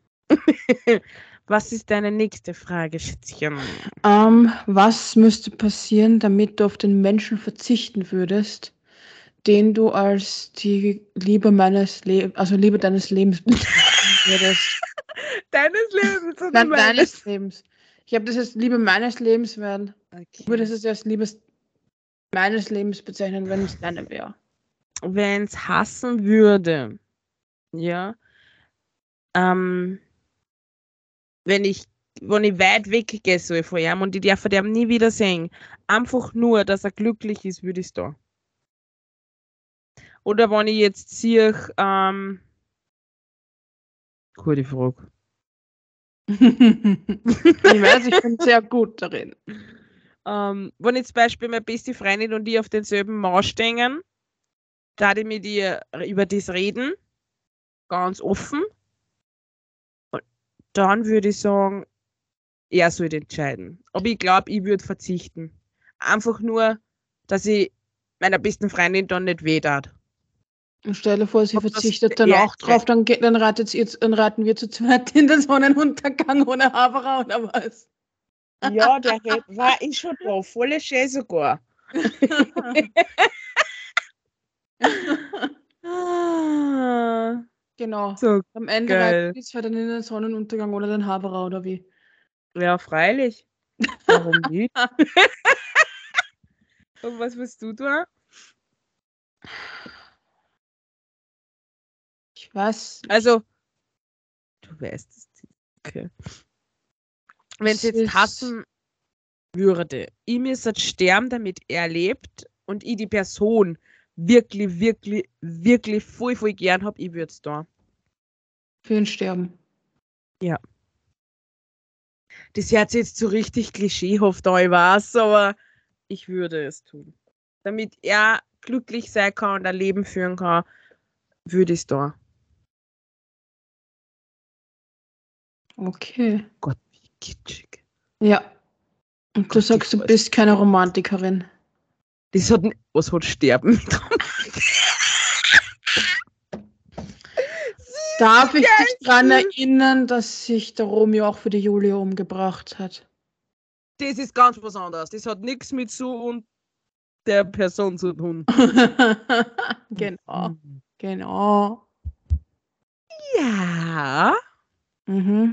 Was ist deine nächste Frage, Schätzchen? Was müsste passieren, damit du auf den Menschen verzichten würdest, den du als die Liebe meines Lebens, also Liebe deines Lebens bezeichnen würdest? Deines Lebens oder Nein, deines meines? Lebens. Ich habe das als Liebe meines Lebens, weil du Okay. würdest es als Liebe meines Lebens bezeichnen, wenn es deine wäre. Wenn es hassen würde, ja, ähm, wenn ich, wenn ich weit weggehe soll von ihm und ich darf ihn nie wiedersehen, einfach nur, dass er glücklich ist, würde ich es da. Oder wenn ich jetzt sehe, gute Frage. Ich weiß, ich bin sehr gut darin. Wenn jetzt zum Beispiel meine beste Freundin und ich auf denselben Mauer stehen, da ich mit ihr über das reden, ganz offen, und dann würde ich sagen, er sollte entscheiden. Aber ich glaube, ich würde verzichten. Einfach nur, dass ich meiner besten Freundin dann nicht weh tat. Und stell dir vor, sie Ob das verzichtet dann er auch drauf, dann reiten wir zu zweit in den Sonnenuntergang ohne Haberer oder was? Ja, der war ich schon drauf. Voll schön sogar. Ah, Genau. so Am Ende reiten geil. wir zwei dann in den Sonnenuntergang oder den Haberer oder wie? Ja, freilich. Warum nicht? Und was willst du tun? Ich weiß nicht. Also, du weißt es. Okay. Wenn Es sie jetzt ist hassen würde, ich müsste sterben, damit er lebt und ich die Person wirklich, wirklich, wirklich voll, voll gern habe, ich würde es da. für ein Sterben. Ja. Das hört sich jetzt so richtig klischeehaft an, ich weiß, aber ich würde es tun. Damit er glücklich sein kann und ein Leben führen kann, würde ich es da. Okay. Gott, wie kitschig. Ja. Und du Gott, die sagst, du Faust. bist keine Romantikerin. Das hat was hat Sterben mit Darf ich dich daran erinnern, dass sich der Romeo auch für die Julia umgebracht hat? Das ist ganz was anderes. Das hat nichts mit so und der Person zu tun. Genau. Genau. Ja. Mhm.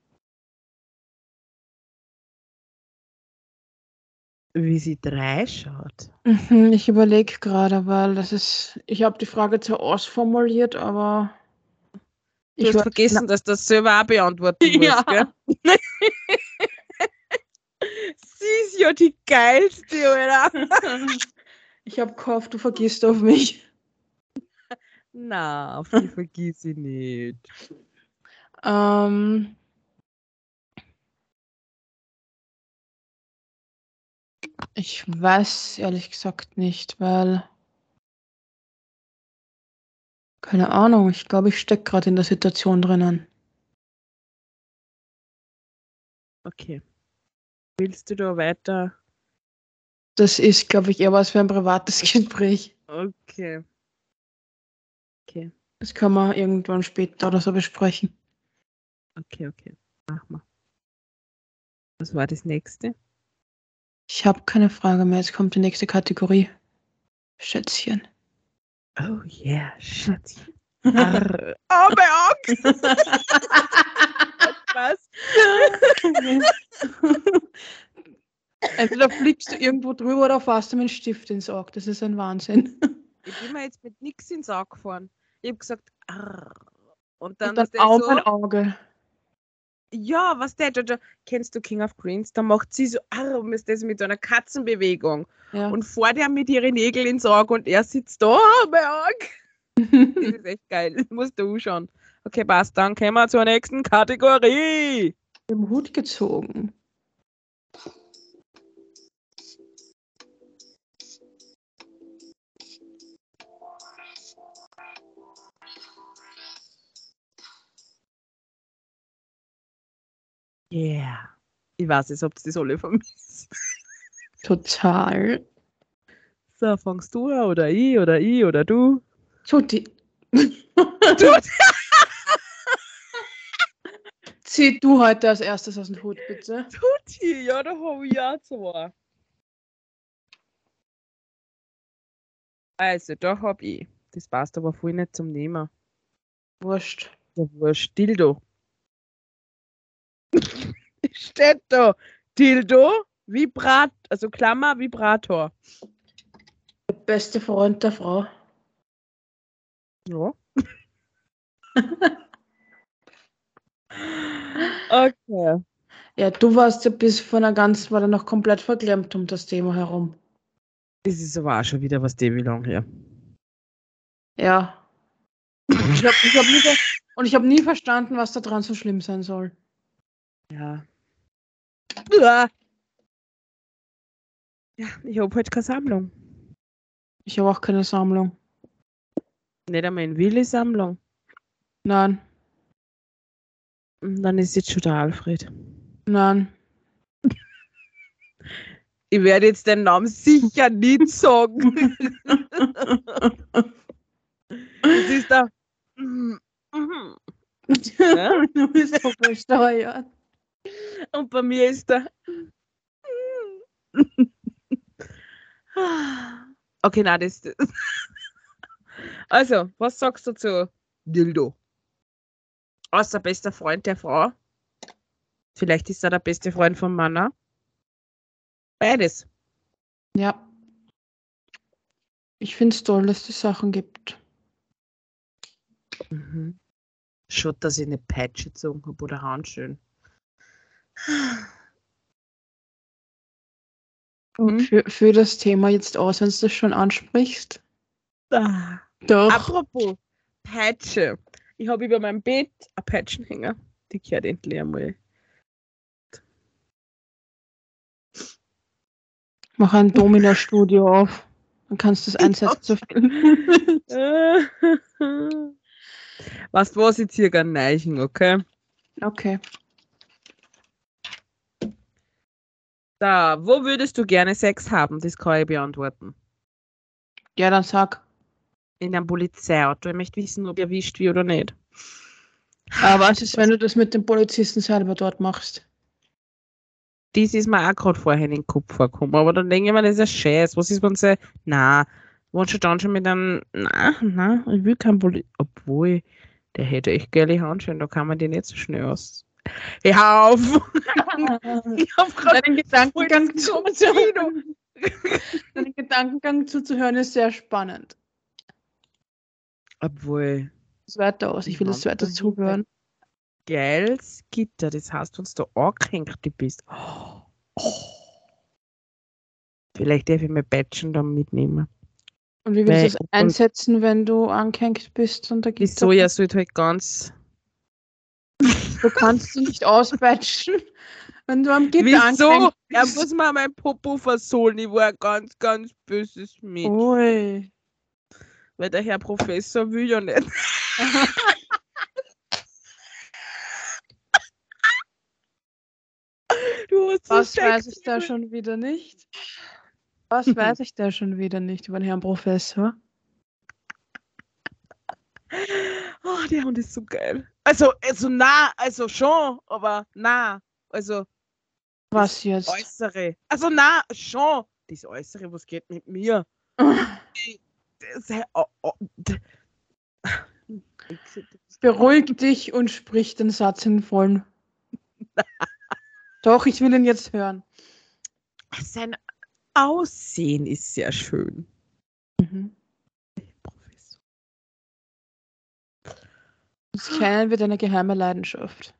Wie sie drei schaut. Mhm, ich überlege gerade, weil ich habe die Frage zu ausformuliert, aber Du ich hast weiß, vergessen, dass du das selber auch beantworten musst, gell? ja. Sie ist ja die geilste, Alter. Ich habe gehofft, du vergisst auf mich. Na, auf die vergiss ich nicht. Ähm, Ich weiß ehrlich gesagt nicht, weil keine Ahnung, ich glaube, ich stecke gerade in der Situation drinnen. Okay. Willst du da weiter? Das ist, glaube ich, eher was für ein privates Gespräch. Okay. Okay. Das kann man irgendwann später oder so besprechen. Okay, okay. Mach mal. Was war das nächste? Ich habe keine Frage mehr. Jetzt kommt die nächste Kategorie. Schätzchen. Oh yeah, Schatz. Arr. Oh, mein Angst! Was? Entweder fliegst du irgendwo drüber oder fasst du mit dem Stift ins Auge. Das ist ein Wahnsinn. Ich bin mir jetzt mit nichts ins Auge gefahren. Ich habe gesagt, arr. Und Und dann dann was der auch so, mein Auge. ja, was der, kennst du King of Queens? Da macht sie so, arr, und ist das mit so einer Katzenbewegung. Ja. Und vor der mit ihren Nägeln ins Auge und er sitzt da, oh, mein Auge. Das ist echt geil. Das musst du schauen. Okay, passt. Dann kommen wir zur nächsten Kategorie. Im Hut gezogen. Yeah. Ich weiß jetzt, ob das alle vermisst. Total. So, fangst du an oder ich oder du? Tutti. Du. Zieh du heute als erstes aus dem Hut, bitte. Tutti, ja, da habe ich ja zwei. Also, da habe ich. Das passt aber voll nicht zum Thema. Wurscht. Ja, wurscht. Dildo. Steht da. Dildo, also Klammer, Vibrator. Der beste Freund der Frau. Ja. Okay. Ja, du warst ja war dann noch komplett verklemmt um das Thema herum. Das ist aber auch schon wieder was wie lang her. Ja. Ich hab nie verstanden, was da dran so schlimm sein soll. Ja. Ja, ich habe halt keine Sammlung. Ich habe auch keine Sammlung. Nicht einmal eine Willi-Sammlung. Nein, Und dann ist jetzt schon der Alfred. nein. Ich werde jetzt den Namen sicher nicht sagen. Das ist der. Ja? Du bist so besteuert. Und bei mir ist der. Okay, nein, das. Also, was sagst du zu Dildo? Außer bester Freund der Frau. Vielleicht ist er der beste Freund vom Mann. Auch. Beides. Ja. Ich finde es toll, dass es die Sachen gibt. Mhm. Schon, dass ich eine Peitsche gezogen habe oder Handschuhe. Und für das Thema jetzt aus, wenn du das schon ansprichst. Ah. Doch. Apropos Peitsche. Ich habe über meinem Bett einen Peitschenhänger. Die gehört endlich einmal. Mach ein Domina-Studio auf. Dann kannst du es einsetzen, so viel. Weißt du was, ich ziehe gerne Neichen, okay? Okay. Da, wo würdest du gerne Sex haben? Das kann ich beantworten. Ja, dann sag. In einem Polizeiauto. Ich möchte wissen, ob ihr erwischt wird oder nicht. Aber was ist, wenn du das mit dem Polizisten selber dort machst? Das ist mir auch gerade vorher in den Kopf vorgekommen. Aber dann denke ich mir, das ist ein Scheiß. Was ist, wenn sie, na, wenn schon dann schon mit einem, na, ich will kein Polizist. Obwohl, der hätte echt geile Handschuhe, da kann man die nicht so schnell aus. Hör auf! Ich hab gerade Deinen Gedankengang zuzuhören. Deinen Gedankengang zuzuhören ist sehr spannend. Obwohl. Das weiter aus. Ich will das weiter zuhören. Geiles Gitter, das heißt, wenn du da angehängt bist. Oh. Vielleicht darf ich mein Batchen dann mitnehmen. Und wie willst du das einsetzen, wenn du angehängt bist? Und da die Soja sollte halt ganz. Du kannst sie nicht ausbatchen, wenn du am Gitter Wieso? angehängt bist. Er muss mal mein Popo versohlen. Ich war ein ganz, ganz böses Mädchen. Ui. Weil der Herr Professor will ja nicht. Was weiß ich da schon wieder nicht? Was weiß ich da schon wieder nicht über den Herrn Professor? Oh, der Hund ist so geil. Also nah, also schon, aber nah. Also. Was jetzt? Äußere. Also nah, schon. Das Äußere, was geht mit mir? Beruhig dich und sprich den Satz in vollen. Doch, ich will ihn jetzt hören. Sein Aussehen ist sehr schön. Mhm. Das Kennen wird eine geheime Leidenschaft.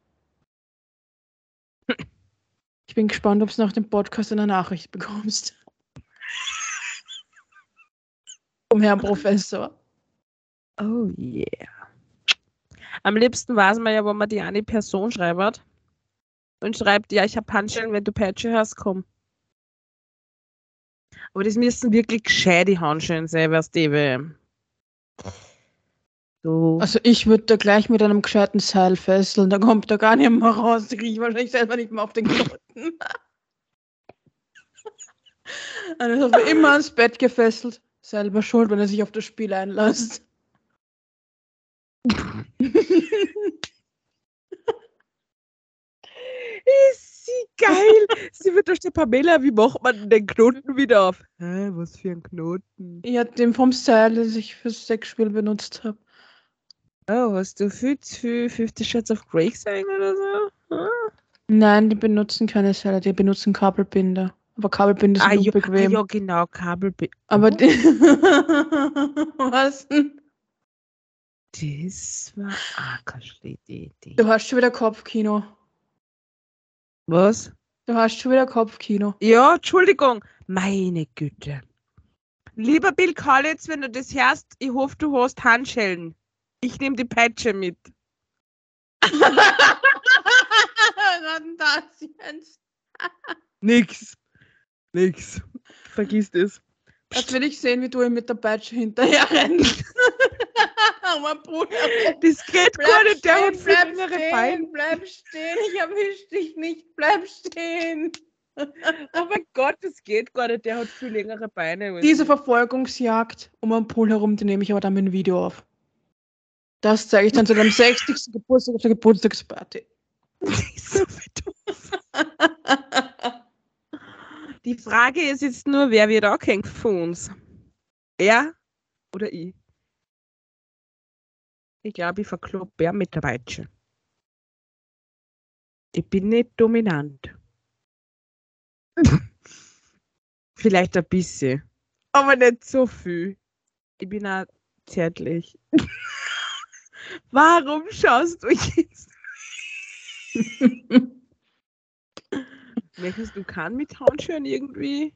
Ich bin gespannt, ob du nach dem Podcast eine Nachricht bekommst. Vom Herrn Professor. Oh yeah. Am liebsten weiß man ja, wo man die eine Person schreibt und schreibt, ja, ich habe Handschellen, wenn du Peitsche hast, komm. Aber das müssen wirklich gescheite Handschellen sein, weißt du, so. Also ich würde da gleich mit einem gescheiten Seil fesseln, da kommt er gar nicht mehr raus, da kriege ich wahrscheinlich selber nicht mehr auf den Knoten. Also für immer ans Bett gefesselt, selber schuld, wenn er sich auf das Spiel einlässt. Ist sie geil. Sie wird durch die Pamela, wie macht man den Knoten wieder auf? Hä, was für ein Knoten? Ich hatte den vom Seil, das ich fürs Sexspiel benutzt habe. Oh, hast du viel zu viel 50 Shades of Grey gesehen oder so? Hm? Nein, die benutzen keine Seile, die benutzen Kabelbinder. Aber Kabelbinder sind unbequem. Ja, genau, Kabelbinder. Aber die... Was denn? Das war auch keine schlechte Idee. Du hast schon wieder Kopfkino. Was? Du hast schon wieder Kopfkino. Ja, Entschuldigung. Meine Güte. Lieber Bill Kaulitz, wenn du das hörst, ich hoffe, du hast Handschellen. Ich nehme die Peitsche mit. Dann das jetzt. Nix. Vergiss das. Jetzt will ich sehen, wie du ihm mit der Peitsche hinterher rennst. Mein Bruder. Das geht gar nicht, der hat viel bleib längere stehen, Beine. bleib stehen, ich erwisch dich nicht, bleib stehen. Oh mein Gott, das geht gar nicht, der hat viel längere Beine. als Diese ich. Verfolgungsjagd um einen Pool herum, die nehme ich aber dann mit einem Video auf. Das zeige ich dann zu deinem 60. Geburtstag auf der Geburtstagsparty. So wie doof. Die Frage ist jetzt nur, wer wird angehängt von uns? Er oder ich? Ich glaube, ich verkloppe er mit der Peitsche. Ich bin nicht dominant. Vielleicht ein bisschen, aber nicht so viel. Ich bin auch zärtlich. Warum schaust du jetzt? Möchtest du keinen mit Handschuhen irgendwie?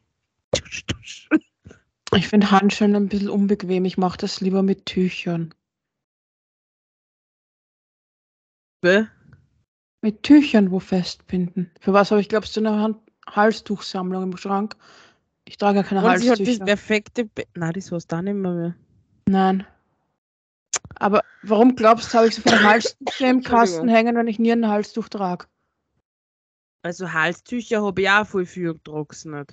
Ich finde Handschellen ein bisschen unbequem. Ich mache das lieber mit Tüchern. Bäh. Mit Tüchern wo festbinden. Für was habe ich, glaubst du, eine Halstuchsammlung im Schrank? Ich trage ja keine Und sie hat das Halstücher. perfekte Nein, das hast du auch nicht mehr. Nein. Aber warum glaubst du, habe ich so viele Halstücher im Kasten Entschuldigung. hängen, wenn ich nie ein Halstuch trage? Also Halstücher habe ich auch voll viel getrocknet.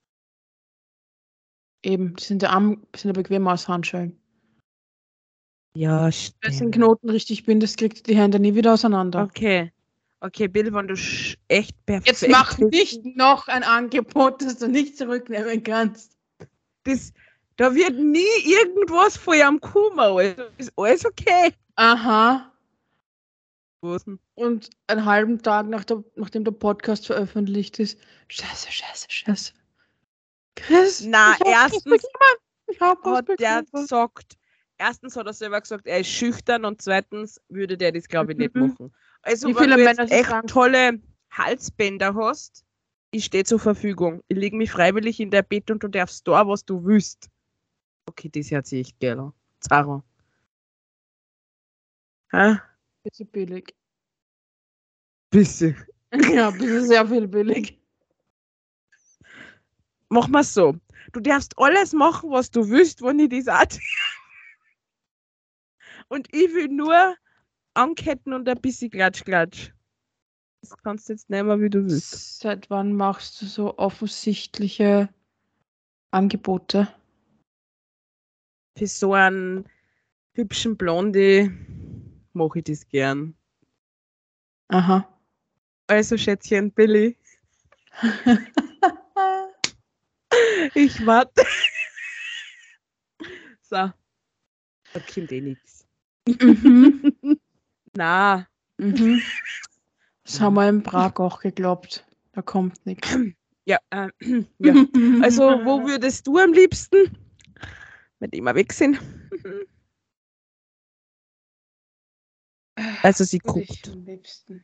Eben, die sind ja bequemer als Handschellen. Ja, Wenn du den stimmt. Knoten richtig bindest, kriegst du die Hände nie wieder auseinander. Okay, Bill, wenn du echt perfekt Jetzt mach bist, nicht noch ein Angebot, das du nicht zurücknehmen kannst. da wird nie irgendwas von ihrem kommen. Also ist alles okay. Aha. Was denn? Und einen halben Tag nachdem der Podcast veröffentlicht ist, Scheiße. Chris, Na, ich hab was erstens bekommen. hat der gesagt, erstens hat er selber gesagt, er ist schüchtern und zweitens würde der das, glaube ich, nicht Mhm. machen. Also, Wie wenn viele du jetzt Männer sie echt fragen? tolle Halsbänder hast, ich stehe zur Verfügung. Ich lege mich freiwillig in der Bett und du darfst da, was du willst. Okay, das hört sich echt geil an. Zara. Hä? Bisschen billig. Bisschen. Ja, bisschen sehr viel billig. Mach mal so. Du darfst alles machen, was du willst, wenn ich das auch. Und ich will nur anketten und ein bisschen Klatsch. Das kannst du jetzt nehmen, wie du willst. Seit wann machst du so offensichtliche Angebote? Für so einen hübschen Blondie mache ich das gern. Aha. Also, Schätzchen, Billy, ich warte. So. Da kommt eh nichts. Mhm. Na, Das haben wir in Prag auch geglaubt. Da kommt nichts. ja, ja. Also, wo würdest du am liebsten, wenn die mal weg sind? Also, sie Würde ich guckt. am liebsten?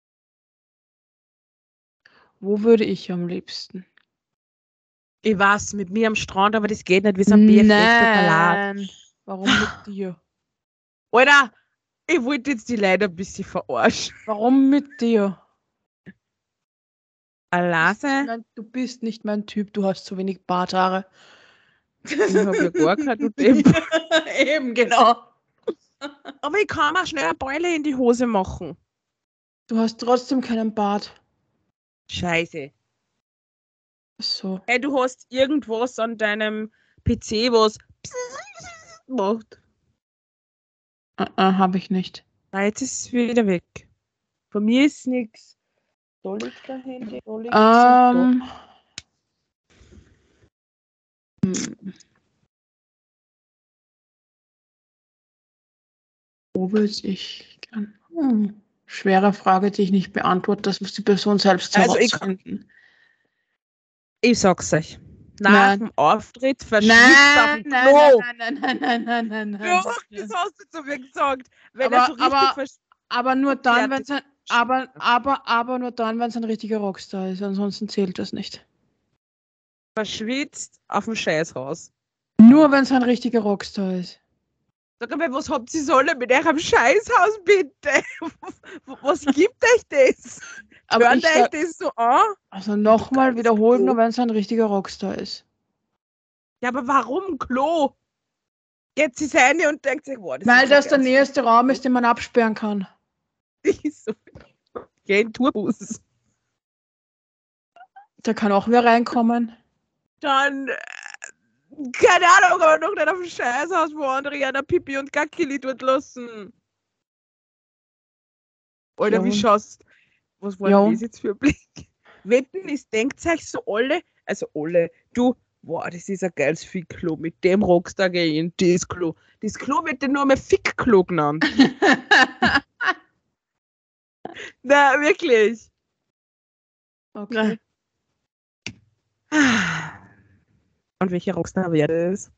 Wo würde ich am liebsten? Ich weiß, mit mir am Strand, aber das geht nicht. Wir sind BFF, tut mir leid. Nein. Warum mit dir? Alter, ich wollte jetzt die Leute ein bisschen verarschen. Warum mit dir? Alase? Du bist nicht mein Typ, du hast zu wenig Barthaare. Ich habe ja gar kein du Depp. Eben, genau. Aber ich kann mal schnell eine Beule in die Hose machen. Du hast trotzdem keinen Bart. Scheiße. So. Hey, du hast irgendwas an deinem PC, was macht. Habe ich nicht. Na, jetzt ist es wieder weg. Von mir ist nichts. Da liegt der Handy, da liegt es. Wo würde ich gern? Schwere Frage, die ich nicht beantworte. Das muss die Person selbst Also herausfinden. Ich sag's euch. Nach Nein. dem Auftritt verschwitzt auf dem Klo. Nein. Doch, das hast du zu mir gesagt. Wenn Aber- er so richtig aber- Aber nur dann, wenn Fertig. es aber nur dann, wenn es ein richtiger Rockstar ist. Ansonsten zählt das nicht. verschwitzt auf dem Scheißhaus. Nur wenn es ein richtiger Rockstar ist. Sag mal, was habt ihr so alle mit eurem Scheißhaus, bitte? Was gibt euch das? Aber Hört ich euch sag, das so an? also nochmal Geiles wiederholen, Klo. nur wenn es ein richtiger Rockstar ist. Ja, aber warum Klo? Geht sie rein und denkt sich, wow, das Weil ist ein das der geiles nächste Raum ist, den man absperren kann. so. Geh in Tourbus. Da kann auch wer reinkommen. Dann, keine Ahnung, aber noch nicht auf dem Scheißhaus, wo andere einer Pipi und Gackili dort lassen. Alter, wie Ja. schaust was war Ja. denn das jetzt für ein Blick? Wetten, es denkt euch so alle, also alle, du, wow, das ist ein geiles Fickklo, mit dem Rockstar gehe ich in das Klo. Das Klo wird dann nur mehr Fickklo genannt. Na, wirklich. Okay. Und welcher Rockstar wäre das?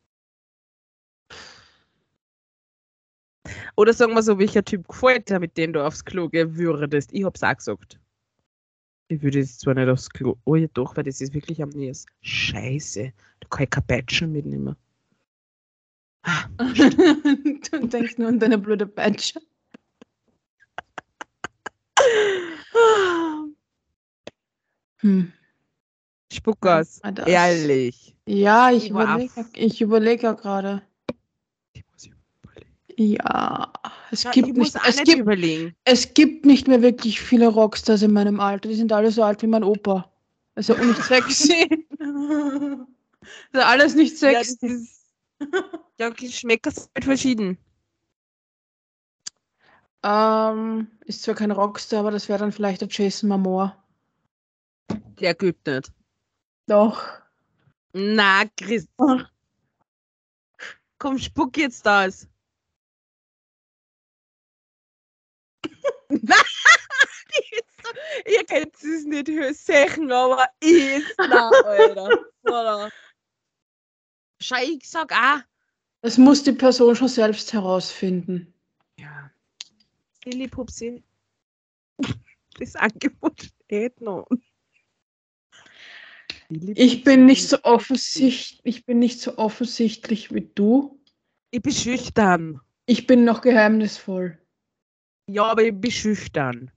Oder sagen wir so, welcher Typ gefällt dir, mit dem du aufs Klo gehen würdest? Ich hab's auch gesagt. Ich würde jetzt zwar nicht aufs Klo. Oh ja doch, weil das ist wirklich am nächsten. Scheiße. Da kann ich kein Peitschen mitnehmen. Du denkst nur an deine blöde Badge. Hm. Spuck aus. Ah, das. Ehrlich. Ja, Ich war ich überlege ja gerade. Ich muss überlegen. Ja, Ja, ich muss auch nicht überlegen. es gibt nicht mehr wirklich viele Rockstars in meinem Alter. Die sind alle so alt wie mein Opa. Also auch nicht sexy. Also alles nicht Ja, das sexy. ist, ja, Geschmäcker sind halt verschieden. Ist zwar kein Rockstar, aber das wäre dann vielleicht der Jason Momoa. Der gibt nicht. Doch. Na, Chris. Ach. Komm, spuck jetzt aus. Nein, ihr könnt es nicht sehen, aber ist da, Alter. Oder? Schau, ich sag auch. Das muss die Person schon selbst herausfinden. Ja. Silly Pupsi. Das Angebot steht noch. Ich bin nicht so offensichtlich wie du. Ich bin schüchtern. Ich bin noch geheimnisvoll. Ja, aber ich bin schüchtern.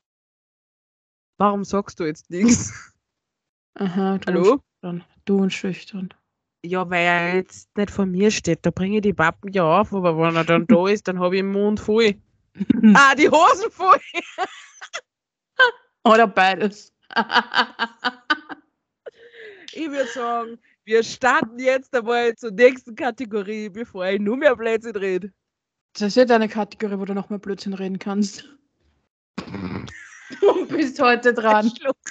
Warum sagst du jetzt nichts? Aha, Hallo? Du und schüchtern. Ja, weil er jetzt nicht vor mir steht. Da bringe ich die Pappen ja auf, aber wenn er dann da ist, dann habe ich den Mund voll. Die Hosen voll. Oder beides. Ich würde sagen, wir starten jetzt einmal zur nächsten Kategorie, bevor ich nur mehr Blödsinn rede. Das ist ja deine Kategorie, wo du noch mehr Blödsinn reden kannst. Du bist heute dran.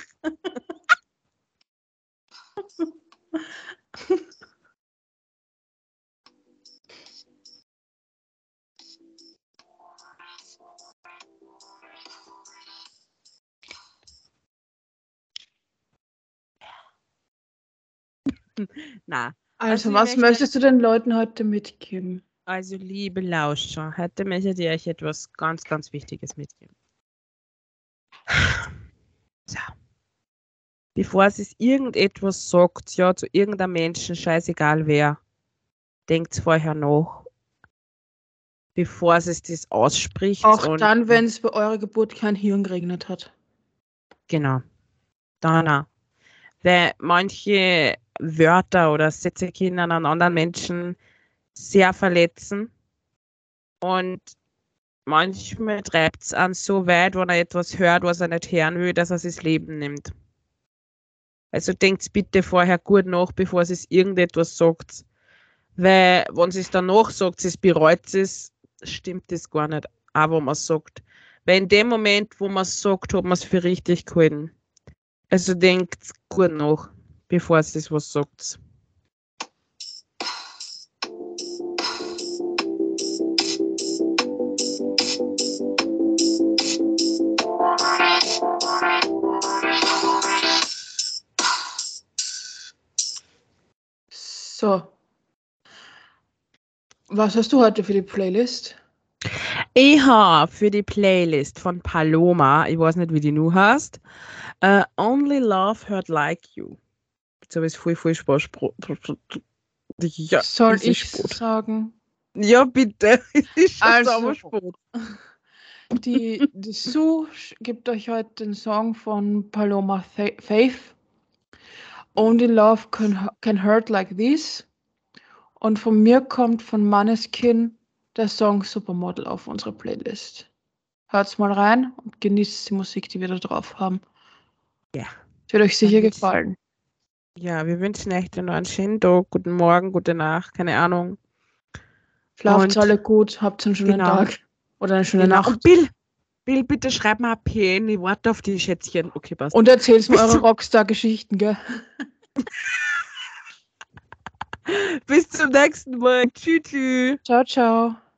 Na, Also, was möchtest du den Leuten heute mitgeben? also liebe Lauscher, heute möchte ich euch etwas ganz, ganz Wichtiges mitgeben. So. Bevor es irgendetwas sagt, ja, zu irgendeinem Menschen, scheißegal wer, denkt vorher nach, bevor es das ausspricht. Auch und dann, wenn es bei eurer Geburt kein Hirn geregnet hat. Genau. Dann auch. Weil manche Wörter oder Sätze können einen anderen Menschen sehr verletzen. Und manchmal treibt es an so weit, wenn er etwas hört, was er nicht hören will, dass er sich das Leben nimmt. Also denkt bitte vorher gut nach, bevor es irgendetwas sagt. Weil, wenn es danach sagt, es bereut es, stimmt das gar nicht. Auch wenn man es sagt. Weil in dem Moment, wo man es sagt, hat man es für richtig gehalten. Also denkt gut nach, bevor es was sagt. So. Was hast du heute für die Playlist? Ich habe für die Playlist von Paloma, ich weiß nicht, wie die nu heißt, Only Love Hurt Like You. Jetzt habe ich voll Spaß Ja, Soll es ist ich Sport. sagen? Ja, bitte. Es ist schon Also, Sommersport. die Sue gibt euch heute den Song von Paloma Faith. Only Love can Hurt Like This. Und von mir kommt von Måneskin der Song Supermodel auf unsere Playlist. Hört's mal rein und genießt die Musik, die wir da drauf haben. Ja. Es wird euch sicher Dann wünsch- gefallen. Ja, wir wünschen euch noch einen schönen Tag, guten Morgen, gute Nacht, keine Ahnung. Schlaft Und alle gut, habt einen schönen genau, Tag oder eine schöne genau. Nacht. Und Bill, bitte schreib mal ein PN, ich warte auf die Schätzchen. Okay, passt. Und erzähl's mir Bis eure zum, Rockstar-Geschichten, gell? bis zum nächsten Mal. Tschüss, tschüss. Ciao, ciao.